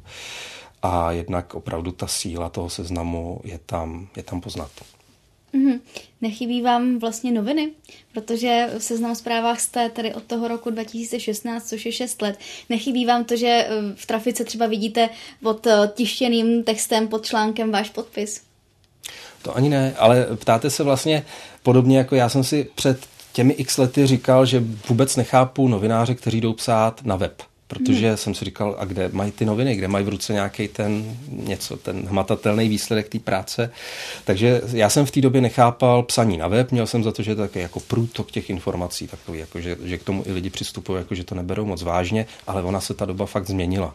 [SPEAKER 8] a jednak opravdu ta síla toho Seznamu je tam, je tam poznat.
[SPEAKER 7] Mm-hmm. Nechybí vám vlastně noviny? Protože v Seznam Zprávách jste tady od toho roku dva tisíce šestnáct, což je šest let. Nechybí vám to, že v trafice třeba vidíte pod tištěným textem pod článkem váš podpis?
[SPEAKER 8] To ani ne, ale ptáte se vlastně podobně, jako já jsem si před těmi x lety říkal, že vůbec nechápu novináře, kteří jdou psát na web. Protože hmm. jsem si říkal, a kde mají ty noviny, kde mají v ruce nějaký ten něco, ten hmatatelný výsledek té práce. Takže já jsem v té době nechápal psaní na web, měl jsem za to, že to je jako průtok těch informací, takový, jako že, že k tomu i lidi přistupují, jako že to neberou moc vážně, ale ona se ta doba fakt změnila.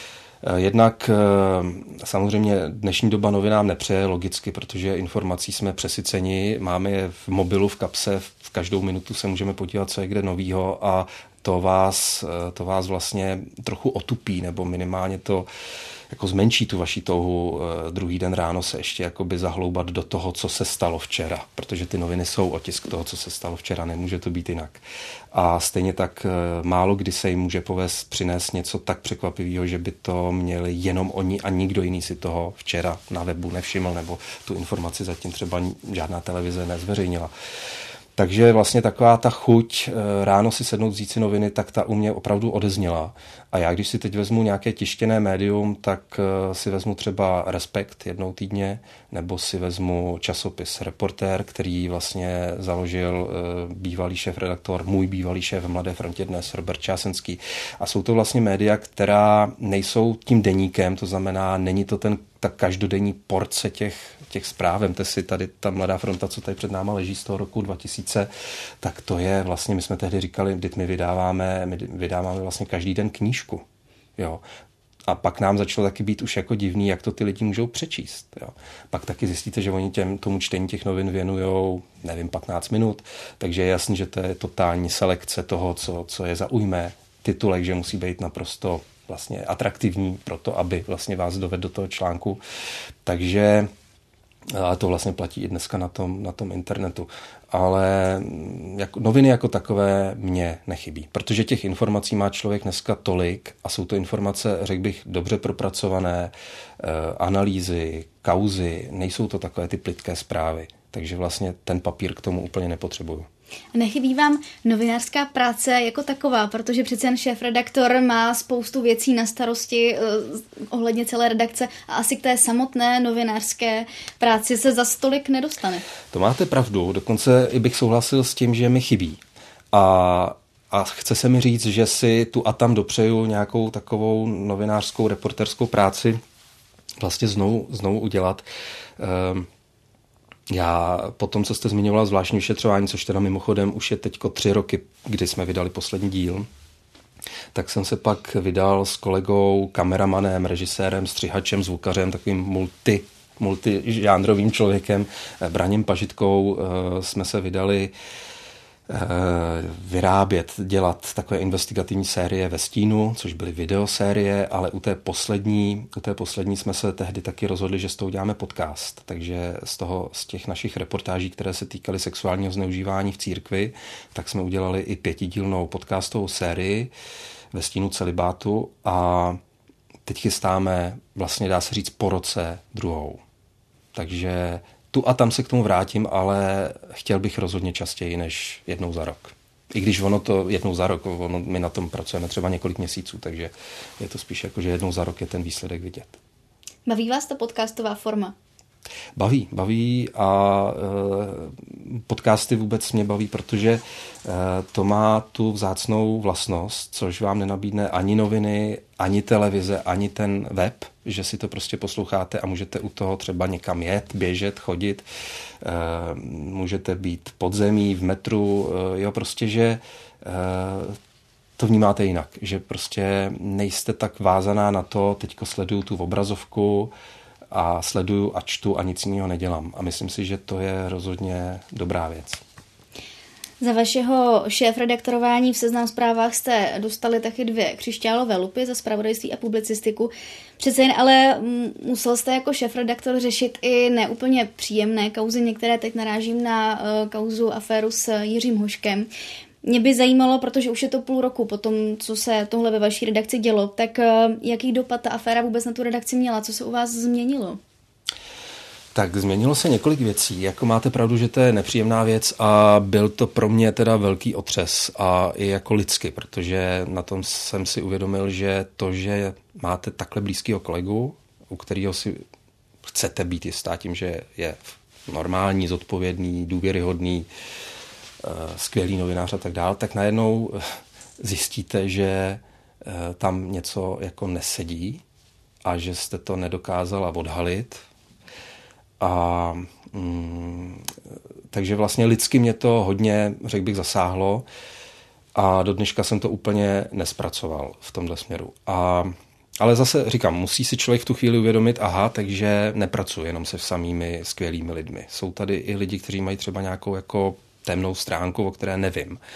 [SPEAKER 8] Jednak samozřejmě dnešní doba novinám nepřeje logicky, protože informací jsme přesyceni, máme je v mobilu, v kapse, v každou minutu se můžeme podívat, co je kde novýho a to vás, to vás vlastně trochu otupí, nebo minimálně to jako zmenší tu vaši touhu druhý den ráno se ještě jakoby zahloubat do toho, co se stalo včera, protože ty noviny jsou otisk toho, co se stalo včera, nemůže to být jinak. A stejně tak málo kdy se jim může povést přinést něco tak překvapivého, že by to měli jenom oni a nikdo jiný si toho včera na webu nevšiml, nebo tu informaci zatím třeba žádná televize nezveřejnila. Takže vlastně taková ta chuť ráno si sednout, vzít si noviny, tak ta u mě opravdu odezněla. A já, když si teď vezmu nějaké tištěné médium, tak si vezmu třeba Respekt jednou týdně, nebo si vezmu časopis Reportér, který vlastně založil bývalý šéfredaktor, můj bývalý šéf v Mladé frontě Dnes, Robert Čásenský. A jsou to vlastně média, která nejsou tím deníkem, to znamená, není to ten ta každodenní porce těch, těch zpráv. Vemte si tady ta Mladá fronta, co tady před náma leží z toho roku dva tisíce, tak to je vlastně, my jsme tehdy říkali, vždyť my vydáváme, my vydáváme vlastně každý den knížku. Jo. A pak nám začalo taky být už jako divný, jak to ty lidi můžou přečíst. Jo. Pak taky zjistíte, že oni těm, tomu čtení těch novin věnujou, nevím, patnáct minut, takže je jasný, že to je totální selekce toho, co, co je zaujme. Titulek, že musí být naprosto vlastně atraktivní pro to, aby vlastně vás dovedl do toho článku. Takže A to vlastně platí i dneska na tom, na tom internetu. Ale jako, noviny jako takové mě nechybí, protože těch informací má člověk dneska tolik a jsou to informace, řekl bych, dobře propracované, eh, analýzy, kauzy, nejsou to takové ty plytké zprávy. Takže vlastně ten papír k tomu úplně nepotřebuju.
[SPEAKER 7] Nechybí vám novinářská práce jako taková, protože přece jen šéfredaktor má spoustu věcí na starosti eh, ohledně celé redakce a asi k té samotné novinářské práci se za stolik nedostane.
[SPEAKER 8] To máte pravdu, dokonce i bych souhlasil s tím, že mi chybí. A, a chce se mi říct, že si tu a tam dopřeju nějakou takovou novinářskou, reporterskou práci vlastně znovu, znovu udělat. Um, Já po tom, co jste zmiňovala zvláštní vyšetřování, což teda mimochodem už je teďko tři roky, kdy jsme vydali poslední díl, tak jsem se pak vydal s kolegou, kameramanem, režisérem, střihačem, zvukařem, takovým multi, multižánrovým člověkem, Braněm Pažitkou, jsme se vydali vyrábět, dělat takové investigativní série ve stínu, což byly videosérie, ale u té poslední, u té poslední jsme se tehdy taky rozhodli, že s tou děláme podcast. Takže z toho, z těch našich reportáží, které se týkaly sexuálního zneužívání v církvi, tak jsme udělali i pětidílnou podcastovou sérii ve stínu celibátu a teď chystáme, vlastně dá se říct, po roce druhou. Takže tu a tam se k tomu vrátím, ale chtěl bych rozhodně častěji než jednou za rok. I když ono to jednou za rok, ono, my na tom pracujeme třeba několik měsíců, takže je to spíš jako, že jednou za rok je ten výsledek vidět.
[SPEAKER 7] Baví vás ta podcastová forma?
[SPEAKER 8] Baví, baví a e, podcasty vůbec mě baví, protože e, to má tu vzácnou vlastnost, což vám nenabídne ani noviny, ani televize, ani ten web, že si to prostě posloucháte a můžete u toho třeba někam jet, běžet, chodit, e, můžete být pod zemí, v metru, e, jo, prostě, že e, to vnímáte jinak, že prostě nejste tak vázaná na to, teďko sleduju tu obrazovku, a sleduju a čtu a nic jiného nedělám. A myslím si, že to je rozhodně dobrá věc.
[SPEAKER 7] Za vašeho šéfredaktorování v Seznam Zprávách jste dostali taky dvě křišťálové lupy za zpravodajství a publicistiku. Přece jen ale musel jste jako šéfredaktor řešit i neúplně příjemné kauzy. Některé teď narážím na kauzu aféru s Jiřím Hoškem. Mě by zajímalo, protože už je to půl roku po tom, co se tohle ve vaší redakci dělo, tak jaký dopad ta aféra vůbec na tu redakci měla? Co se u vás změnilo?
[SPEAKER 8] Tak změnilo se několik věcí. Jako máte pravdu, že to je nepříjemná věc a byl to pro mě teda velký otřes a i jako lidsky, protože na tom jsem si uvědomil, že to, že máte takhle blízkého kolegu, u kterého si chcete být jistá tím, že je normální, zodpovědný, důvěryhodný, skvělý novinář a tak dál, tak najednou zjistíte, že tam něco jako nesedí a že jste to nedokázala odhalit. A mm, takže vlastně lidsky mě to hodně, řekl bych, zasáhlo a do dneška jsem to úplně nespracoval v tomhle směru. A, ale zase říkám, musí si člověk v tu chvíli uvědomit, aha, takže nepracuji jenom se samými skvělými lidmi. Jsou tady i lidi, kteří mají třeba nějakou jako temnou stránku, o které nevím. Uh,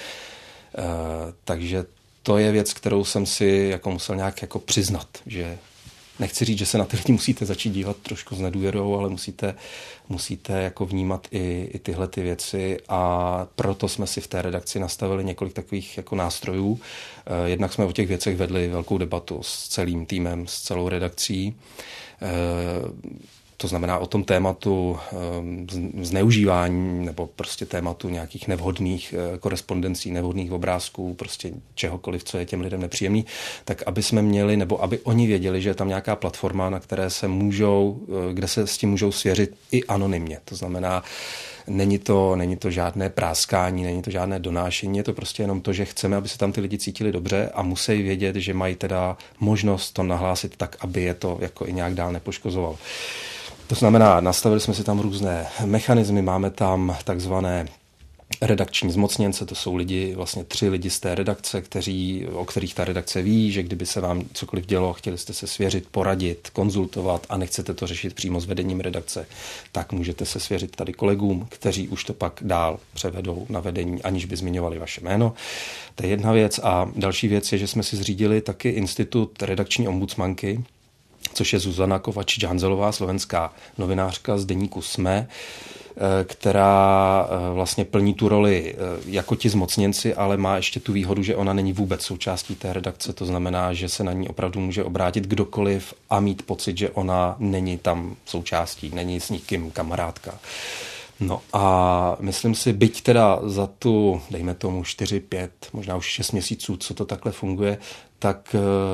[SPEAKER 8] takže to je věc, kterou jsem si jako musel nějak jako přiznat, že nechci říct, že se na ty lidi musíte začít dívat trošku s nedůvěrou, ale musíte, musíte jako vnímat i, i tyhle ty věci a proto jsme si v té redakci nastavili několik takových jako nástrojů. Uh, jednak jsme o těch věcech vedli velkou debatu s celým týmem, s celou redakcí. Uh, To znamená o tom tématu zneužívání nebo prostě tématu nějakých nevhodných korespondencí, nevhodných obrázků, prostě čehokoliv, co je těm lidem nepříjemný, tak aby jsme měli, nebo aby oni věděli, že je tam nějaká platforma, na které se můžou, kde se s tím můžou svěřit i anonymně. To znamená, není to, není to žádné práskání, není to žádné donášení, je to prostě jenom to, že chceme, aby se tam ty lidi cítili dobře a musí vědět, že mají teda možnost to nahlásit tak, aby je to jako i nějak dál nepoškozovalo. To znamená, nastavili jsme si tam různé mechanismy, máme tam takzvané redakční zmocněnce, to jsou lidi, vlastně tři lidi z té redakce, kteří, o kterých ta redakce ví, že kdyby se vám cokoliv dělo, chtěli jste se svěřit, poradit, konzultovat a nechcete to řešit přímo s vedením redakce, tak můžete se svěřit tady kolegům, kteří už to pak dál převedou na vedení, aniž by zmiňovali vaše jméno. To je jedna věc a další věc je, že jsme si zřídili taky institut redakční ombudsmanky, což je Zuzana Kovačič-Hanzelová, slovenská novinářka z deníku SME, která vlastně plní tu roli jako ti zmocněnci, ale má ještě tu výhodu, že ona není vůbec součástí té redakce, to znamená, že se na ní opravdu může obrátit kdokoliv a mít pocit, že ona není tam součástí, není s nikým kamarádka. No a myslím si, byť teda za tu, dejme tomu čtyři, pět, možná už šest měsíců, co to takhle funguje, tak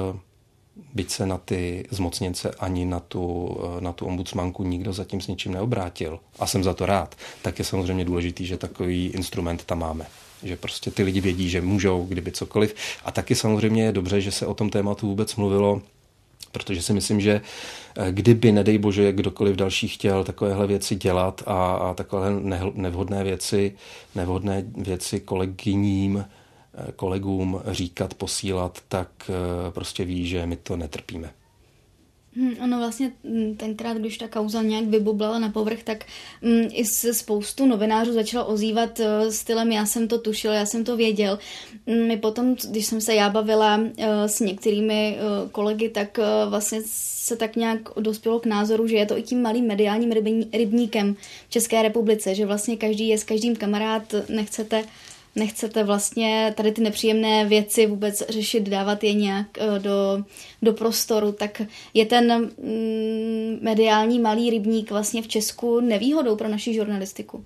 [SPEAKER 8] byť se na ty zmocněnce ani na tu, na tu ombudsmanku nikdo zatím s ničím neobrátil a jsem za to rád, tak je samozřejmě důležitý, že takový instrument tam máme. Že prostě ty lidi vědí, že můžou kdyby cokoliv. A taky samozřejmě je dobře, že se o tom tématu vůbec mluvilo, protože si myslím, že kdyby, nedej bože, kdokoliv další chtěl takovéhle věci dělat a, a takové nevhodné věci, nevhodné věci kolegyním, kolegům říkat, posílat, tak prostě ví, že my to netrpíme.
[SPEAKER 7] Hmm, ono vlastně tenkrát, když ta kauza nějak vybublala na povrch, tak um, i se spoustu novinářů začalo ozývat uh, stylem já jsem to tušil, já jsem to věděl. My um, potom, když jsem se já bavila uh, s některými uh, kolegy, tak uh, vlastně se tak nějak dospělo k názoru, že je to i tím malým mediálním rybní, rybníkem v České republice, že vlastně každý je s každým kamarád, nechcete Nechcete vlastně tady ty nepříjemné věci vůbec řešit, dávat je nějak do, do prostoru, tak je ten mm, mediální malý rybník vlastně v Česku nevýhodou pro naši žurnalistiku?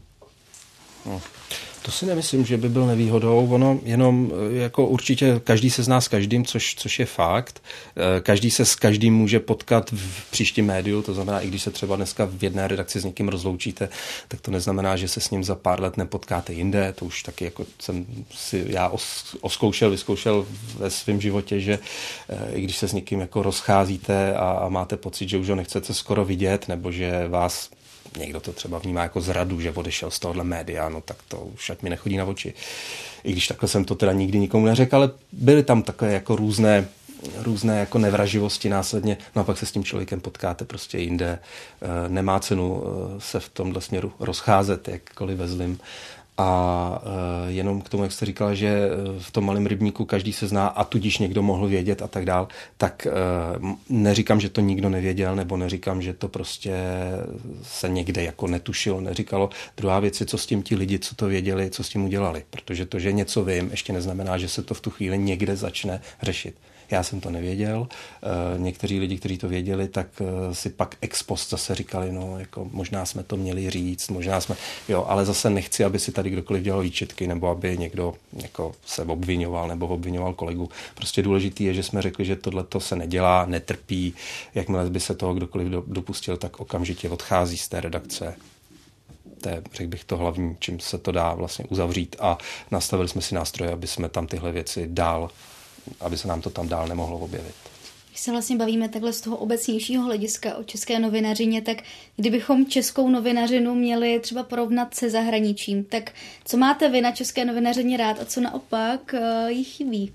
[SPEAKER 8] No, to si nemyslím, že by byl nevýhodou. Ono jenom jako určitě každý se zná s každým, což, což je fakt. Každý se s každým může potkat v příštím médiu, to znamená, i když se třeba dneska v jedné redakci s někým rozloučíte, tak to neznamená, že se s ním za pár let nepotkáte jinde. To už taky jako jsem si já os, oskoušel, vyzkoušel ve svém životě, že i když se s někým jako rozcházíte a, a máte pocit, že už ho nechcete skoro vidět, nebo že vás někdo to třeba vnímá jako zradu, že odešel z tohohle média, no tak to už ať mi nechodí na oči. I když takhle jsem to teda nikdy nikomu neřekl, ale byly tam takové jako různé, různé jako nevraživosti následně, no a pak se s tím člověkem potkáte prostě jinde. Nemá cenu se v tomhle směru rozcházet, jakkoliv ve zlým. A uh, jenom k tomu, jak jste říkala, že v tom malém rybníku každý se zná a tudíž někdo mohl vědět a tak dál, tak uh, neříkám, že to nikdo nevěděl, nebo neříkám, že to prostě se někde jako netušilo, neříkalo. Druhá věc je, co s tím ti lidi, co to věděli, co s tím udělali. Protože to, že něco vím, ještě neznamená, že se to v tu chvíli někde začne řešit. Já jsem to nevěděl. Někteří lidi, kteří to věděli, tak si pak ex post zase říkali, no jako možná jsme to měli říct, možná jsme, jo, ale zase nechci, aby si tady kdokoliv dělal výčitky, nebo aby někdo jako se obvinoval nebo obvinoval kolegu. Prostě důležitý je, že jsme řekli, že tohle to se nedělá, netrpí. Jakmile by se toho kdokoliv dopustil, tak okamžitě odchází z té redakce. To je, řekl bych, to hlavní, čím se to dá vlastně uzavřít, a nastavili jsme si nástroje, aby jsme tam tyhle věci dál, aby se nám to tam dál nemohlo objevit.
[SPEAKER 7] Když se vlastně bavíme takhle z toho obecnějšího hlediska o české novinařině, tak kdybychom českou novinařinu měli třeba porovnat se zahraničím, tak co máte vy na české novinařině rád a co naopak uh, jí chybí?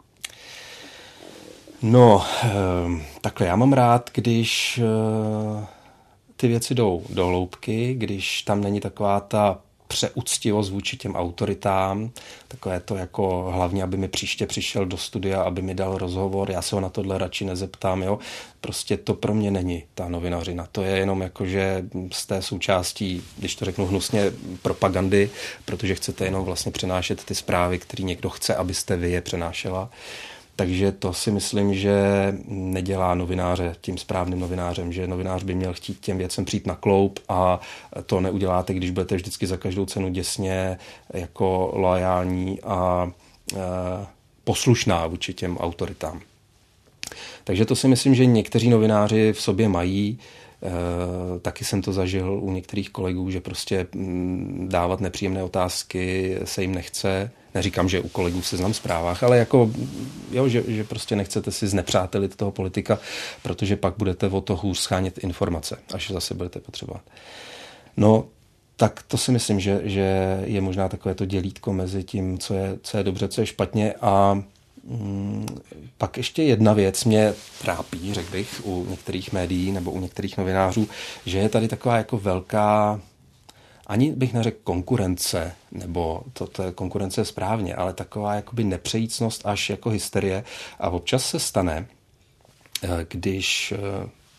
[SPEAKER 8] No, takhle já mám rád, když ty věci jdou do hloubky, když tam není taková ta přeuctivost vůči těm autoritám, takové to jako hlavně, aby mi příště přišel do studia, aby mi dal rozhovor, já se ho na tohle radši nezeptám, jo. Prostě to pro mě není ta novinařina. To je jenom jakože z té součástí, když to řeknu hnusně, propagandy, protože chcete jenom vlastně přenášet ty zprávy, které někdo chce, abyste vy je přenášela. Takže to si myslím, že nedělá novináře tím správným novinářem, že novinář by měl chtít těm věcem přijít na kloup, a to neuděláte, když budete vždycky za každou cenu děsně jako loajální a e, poslušná vůči těm autoritám. Takže to si myslím, že někteří novináři v sobě mají. E, taky jsem to zažil u některých kolegů, že prostě m, dávat nepříjemné otázky se jim nechce. Neříkám, že u kolegů v Seznam Zprávách, ale jako, jo, že, že prostě nechcete si znepřátelit toho politika, protože pak budete o to hůř schánět informace, až zase budete potřebovat. No, tak to si myslím, že, že je možná takové to dělítko mezi tím, co je, co je dobře, co je špatně. A mm, pak ještě jedna věc mě trápí, řekl bych, u některých médií nebo u některých novinářů, že je tady taková jako velká, ani bych neřekl konkurence, nebo to, to je konkurence správně, ale taková jakoby nepřejícnost až jako hysterie. A občas se stane, když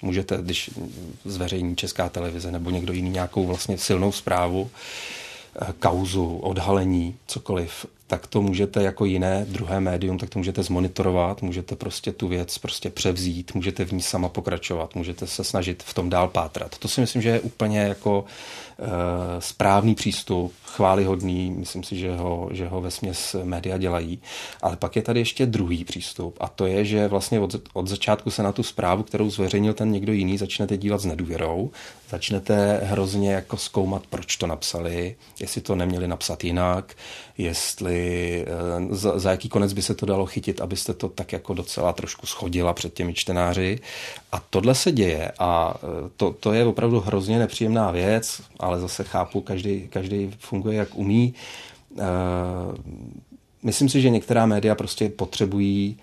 [SPEAKER 8] Můžete, když zveřejní Česká televize nebo někdo jiný nějakou vlastně silnou zprávu, kauzu, odhalení, cokoliv, tak to můžete jako jiné druhé médium, tak to můžete zmonitorovat, můžete prostě tu věc prostě převzít, můžete v ní sama pokračovat, můžete se snažit v tom dál pátrat. To si myslím, že je úplně jako e, správný přístup, chvályhodný, myslím si, že ho, že ho vesměs média dělají. Ale pak je tady ještě druhý přístup a to je, že vlastně od, od začátku se na tu zprávu, kterou zveřejnil ten někdo jiný, začnete dívat s nedůvěrou, začnete hrozně jako zkoumat, proč to napsali, jestli to neměli napsat jinak, jestli za, za jaký konec by se to dalo chytit, abyste to tak jako docela trošku schodila před těmi čtenáři. A tohle se děje a to, to je opravdu hrozně nepříjemná věc, ale zase chápu, každý, každý funguje, jak umí. Myslím si, že některá média prostě potřebují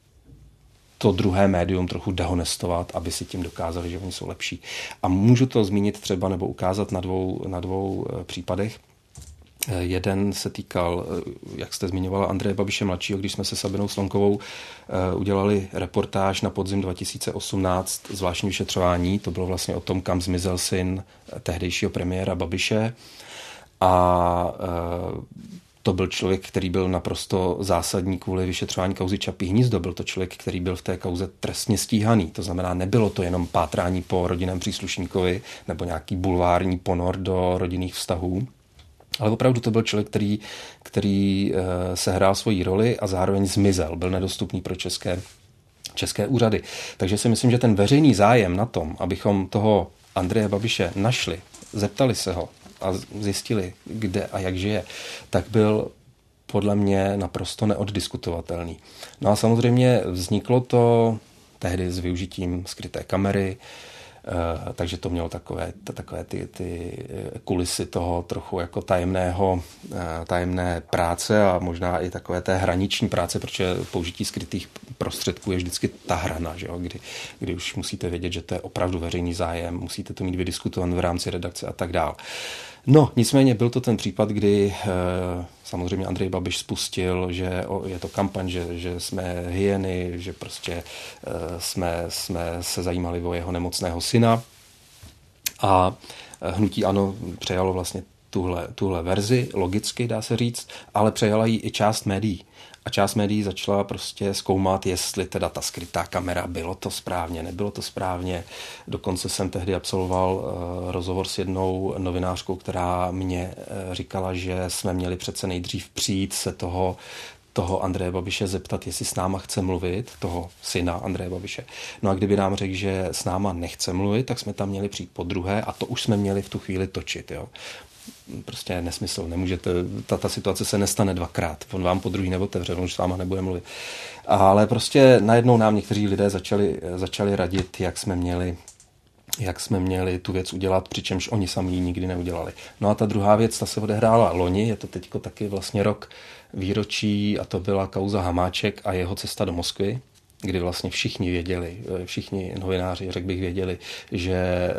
[SPEAKER 8] to druhé médium trochu dehonestovat, aby si tím dokázali, že oni jsou lepší. A můžu to zmínit třeba nebo ukázat na dvou, na dvou případech. Jeden se týkal, jak jste zmiňovala, Andreje Babiše mladšího, když jsme se Sabinou Slonkovou udělali reportáž na podzim dva tisíce osmnáct, zvláštní vyšetřování, to bylo vlastně o tom, kam zmizel syn tehdejšího premiéra Babiše. A to byl člověk, který byl naprosto zásadní kvůli vyšetřování kauzy Čapí hnízdo. Byl to člověk, který byl v té kauze trestně stíhaný. To znamená, nebylo to jenom pátrání po rodinném příslušníkovi nebo nějaký bulvární ponor do rodinných vztahů. Ale opravdu to byl člověk, který, který sehrál svoji roli a zároveň zmizel, byl nedostupný pro české, české úřady. Takže si myslím, že ten veřejný zájem na tom, abychom toho Andreje Babiše našli, zeptali se ho a zjistili, kde a jak žije, tak byl podle mě naprosto neoddiskutovatelný. No a samozřejmě vzniklo to tehdy s využitím skryté kamery, Uh, takže to mělo takové, t- takové ty, ty kulisy toho trochu jako tajemného, uh, tajemné práce a možná i takové té hraniční práce, protože použití skrytých prostředků je vždycky ta hrana, že jo? Kdy, kdy už musíte vědět, že to je opravdu veřejný zájem, musíte to mít vydiskutovat v rámci redakce a tak dál. No, nicméně byl to ten případ, kdy uh, samozřejmě Andrej Babiš spustil, že je to kampaň, že, že jsme hyeny, že prostě uh, jsme, jsme se zajímali o jeho nemocného syna a hnutí ANO přejalo vlastně tuhle, tuhle verzi, logicky dá se říct, ale přejala ji i část médií. A část médií začala prostě zkoumat, jestli teda ta skrytá kamera, bylo to správně, nebylo to správně. Dokonce jsem tehdy absolvoval uh, rozhovor s jednou novinářkou, která mě uh, říkala, že jsme měli přece nejdřív přijít se toho, toho Andreje Babiše zeptat, jestli s náma chce mluvit, toho syna Andreje Babiše. No a kdyby nám řekl, že s náma nechce mluvit, tak jsme tam měli přijít po druhé a to už jsme měli v tu chvíli točit, jo. Prostě nesmysl, nemůžete, ta, ta situace se nestane dvakrát, on vám po druhý neotevře, on už s váma nebude mluvit. Ale prostě najednou nám někteří lidé začali, začali radit, jak jsme měli jak jsme měli tu věc udělat, přičemž oni sami ji nikdy neudělali. No a ta druhá věc, ta se odehrála loni, je to teďko taky vlastně rok výročí a to byla kauza Hamáček a jeho cesta do Moskvy, kdy vlastně všichni věděli, všichni novináři, řekl bych, věděli, že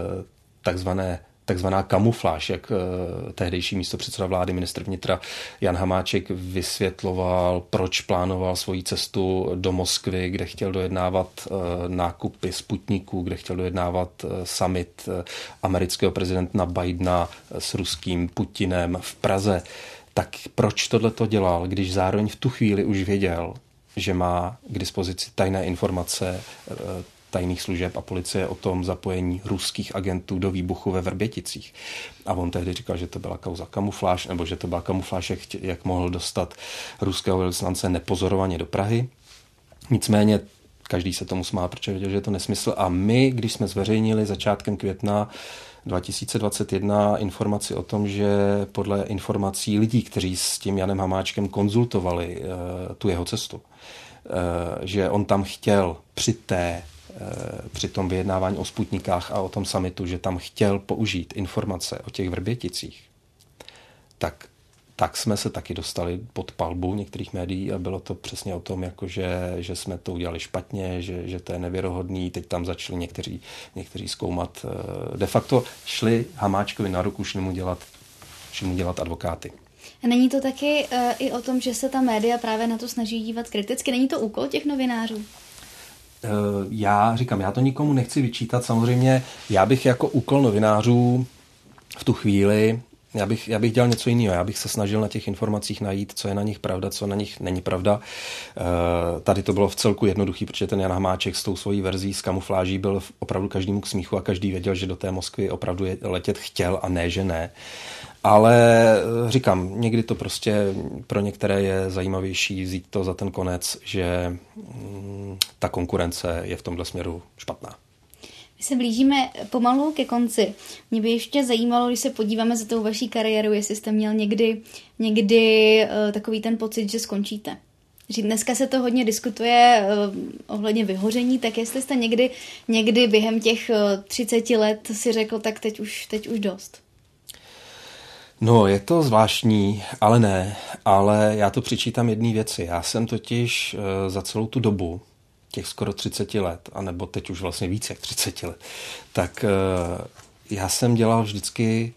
[SPEAKER 8] takzvané takzvaná kamufláž, jak uh, tehdejší místopředseda vlády, ministr vnitra Jan Hamáček vysvětloval, proč plánoval svoji cestu do Moskvy, kde chtěl dojednávat uh, nákupy Sputniku, kde chtěl dojednávat uh, summit uh, amerického prezidenta Bidena uh, s ruským Putinem v Praze. Tak proč tohleto dělal, když zároveň v tu chvíli už věděl, že má k dispozici tajné informace uh, tajných služeb a policie o tom zapojení ruských agentů do výbuchu ve Vrběticích. A on tehdy říkal, že to byla kauza kamufláž, nebo že to byla kamufláž, jak, jak mohl dostat ruského velvyslance nepozorovaně do Prahy. Nicméně každý se tomu smál, protože věděl, že je to nesmysl. A my, když jsme zveřejnili začátkem května dva tisíce dvacet jedna informaci o tom, že podle informací lidí, kteří s tím Janem Hamáčkem konzultovali uh, tu jeho cestu, uh, že on tam chtěl při té při tom vyjednávání o Sputnikách a o tom summitu, že tam chtěl použít informace o těch Vrběticích, tak, tak jsme se taky dostali pod palbu některých médií a bylo to přesně o tom, jako že, že jsme to udělali špatně, že, že to je nevěrohodný. Teď tam začali někteří, někteří zkoumat. De facto šli Hamáčkovi na ruku, šli mu dělat, šli mu dělat advokáty.
[SPEAKER 7] Není to taky uh, i o tom, že se ta média právě na to snaží dívat kriticky? Není to úkol těch novinářů?
[SPEAKER 8] Já říkám, já to nikomu nechci vyčítat, samozřejmě já bych jako úkol novinářů v tu chvíli, já bych, já bych dělal něco jiného, já bych se snažil na těch informacích najít, co je na nich pravda, co na nich není pravda. Tady to bylo v celku jednoduchý, protože ten Jan Hamáček s tou svojí verzí z kamufláží byl opravdu každému k smíchu a každý věděl, že do té Moskvy opravdu letět chtěl a ne, že ne. Ale říkám, někdy to prostě pro některé je zajímavější vzít to za ten konec, že ta konkurence je v tomhle směru špatná.
[SPEAKER 7] My se blížíme pomalu ke konci. Mě by ještě zajímalo, když se podíváme za tou vaší kariéru, jestli jste měl někdy, někdy uh, takový ten pocit, že skončíte. Že dneska se to hodně diskutuje uh, ohledně vyhoření, tak jestli jste někdy, někdy během těch uh, třiceti let si řekl, tak teď už, teď už dost.
[SPEAKER 8] No, je to zvláštní, ale ne, ale já to přičítám jedné věci. Já jsem totiž uh, za celou tu dobu, těch skoro třicet let, anebo teď už vlastně víc jak třicet let, tak uh, já jsem dělal vždycky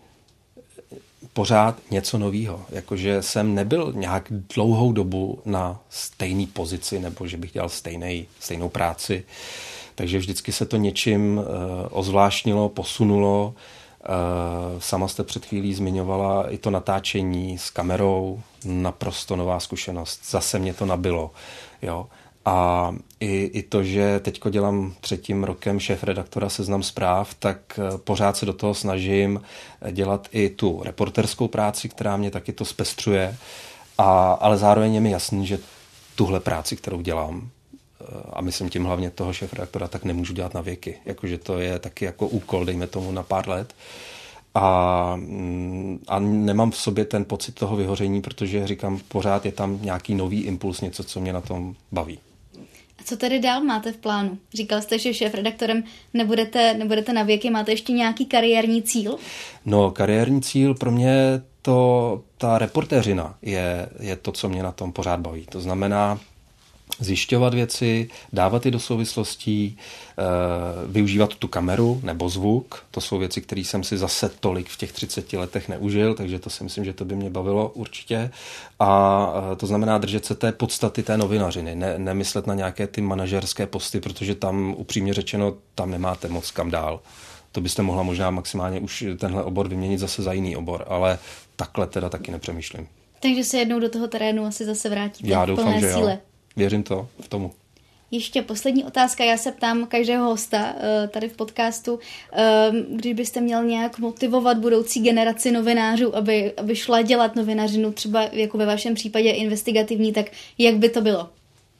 [SPEAKER 8] pořád něco novýho. Jakože jsem nebyl nějak dlouhou dobu na stejné pozici, nebo že bych dělal stejnej, stejnou práci. Takže vždycky se to něčím uh, ozvláštnilo, posunulo. Uh, sama jste před chvílí zmiňovala i to natáčení s kamerou, naprosto nová zkušenost. Zase mě to nabilo. Jo. A i, i to, že teďko dělám třetím rokem šéfredaktora Seznam Zpráv, tak pořád se do toho snažím dělat i tu reporterskou práci, která mě taky to zpestřuje, a, ale zároveň je mi jasný, že tuhle práci, kterou dělám, a myslím tím hlavně toho šéfredaktora, tak nemůžu dělat na věky. Jakože to je taky jako úkol, dejme tomu na pár let. A, a nemám v sobě ten pocit toho vyhoření, protože říkám, pořád je tam nějaký nový impuls, něco, co mě na tom baví.
[SPEAKER 7] A co tedy dál máte v plánu? Říkal jste, že šéfredaktorem nebudete, nebudete na věky, máte ještě nějaký kariérní cíl?
[SPEAKER 8] No, kariérní cíl pro mě to, ta reportéřina je, je to, co mě na tom pořád baví. To znamená zjišťovat věci, dávat je do souvislostí, využívat tu kameru nebo zvuk. To jsou věci, které jsem si zase tolik v těch třiceti letech neužil, takže to si myslím, že to by mě bavilo určitě. A to znamená držet se té podstaty té novinařiny, ne, nemyslet na nějaké ty manažerské posty, protože tam upřímně řečeno, tam nemáte moc kam dál. To byste mohla možná maximálně už tenhle obor vyměnit zase za jiný obor, ale takhle teda taky nepřemýšlím.
[SPEAKER 7] Takže se jednou do toho terénu asi zase vrátíte.
[SPEAKER 8] Já doufám,
[SPEAKER 7] plné
[SPEAKER 8] že
[SPEAKER 7] síle.
[SPEAKER 8] Jo. Věřím to v tomu.
[SPEAKER 7] Ještě poslední otázka, já se ptám každého hosta tady v podcastu, když byste měl nějak motivovat budoucí generaci novinářů, aby, aby šla dělat novinařinu, třeba jako ve vašem případě investigativní, tak jak by to bylo?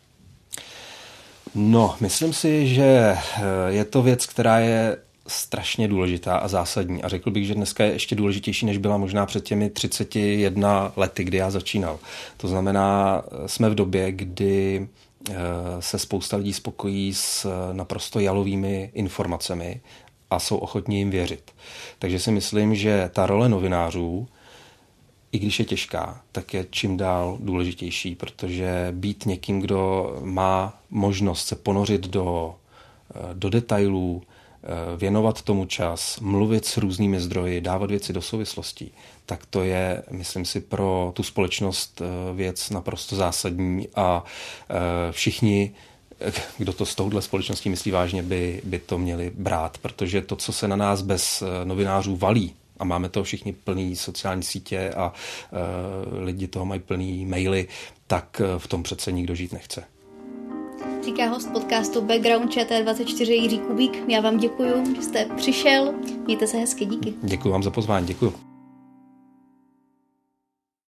[SPEAKER 8] No, myslím si, že je to věc, která je strašně důležitá a zásadní. A řekl bych, že dneska je ještě důležitější, než byla možná před těmi třiceti jedna lety, kdy já začínal. To znamená, jsme v době, kdy se spousta lidí spokojí s naprosto jalovými informacemi a jsou ochotní jim věřit. Takže si myslím, že ta role novinářů, i když je těžká, tak je čím dál důležitější, protože být někým, kdo má možnost se ponořit do, do detailů, věnovat tomu čas, mluvit s různými zdroji, dávat věci do souvislostí, tak to je, myslím si, pro tu společnost věc naprosto zásadní a všichni, kdo to s touhle společností myslí vážně, by, by to měli brát, protože to, co se na nás bez novinářů valí, a máme toho všichni plný sociální sítě a lidi toho mají plný maily, tak v tom přece nikdo žít nechce.
[SPEAKER 7] Říká host podcastu Background Č T dvacet čtyři Jiří Kubík. Já vám děkuju, že jste přišel. Mějte se hezky, díky.
[SPEAKER 8] Děkuju vám za pozvání, děkuju.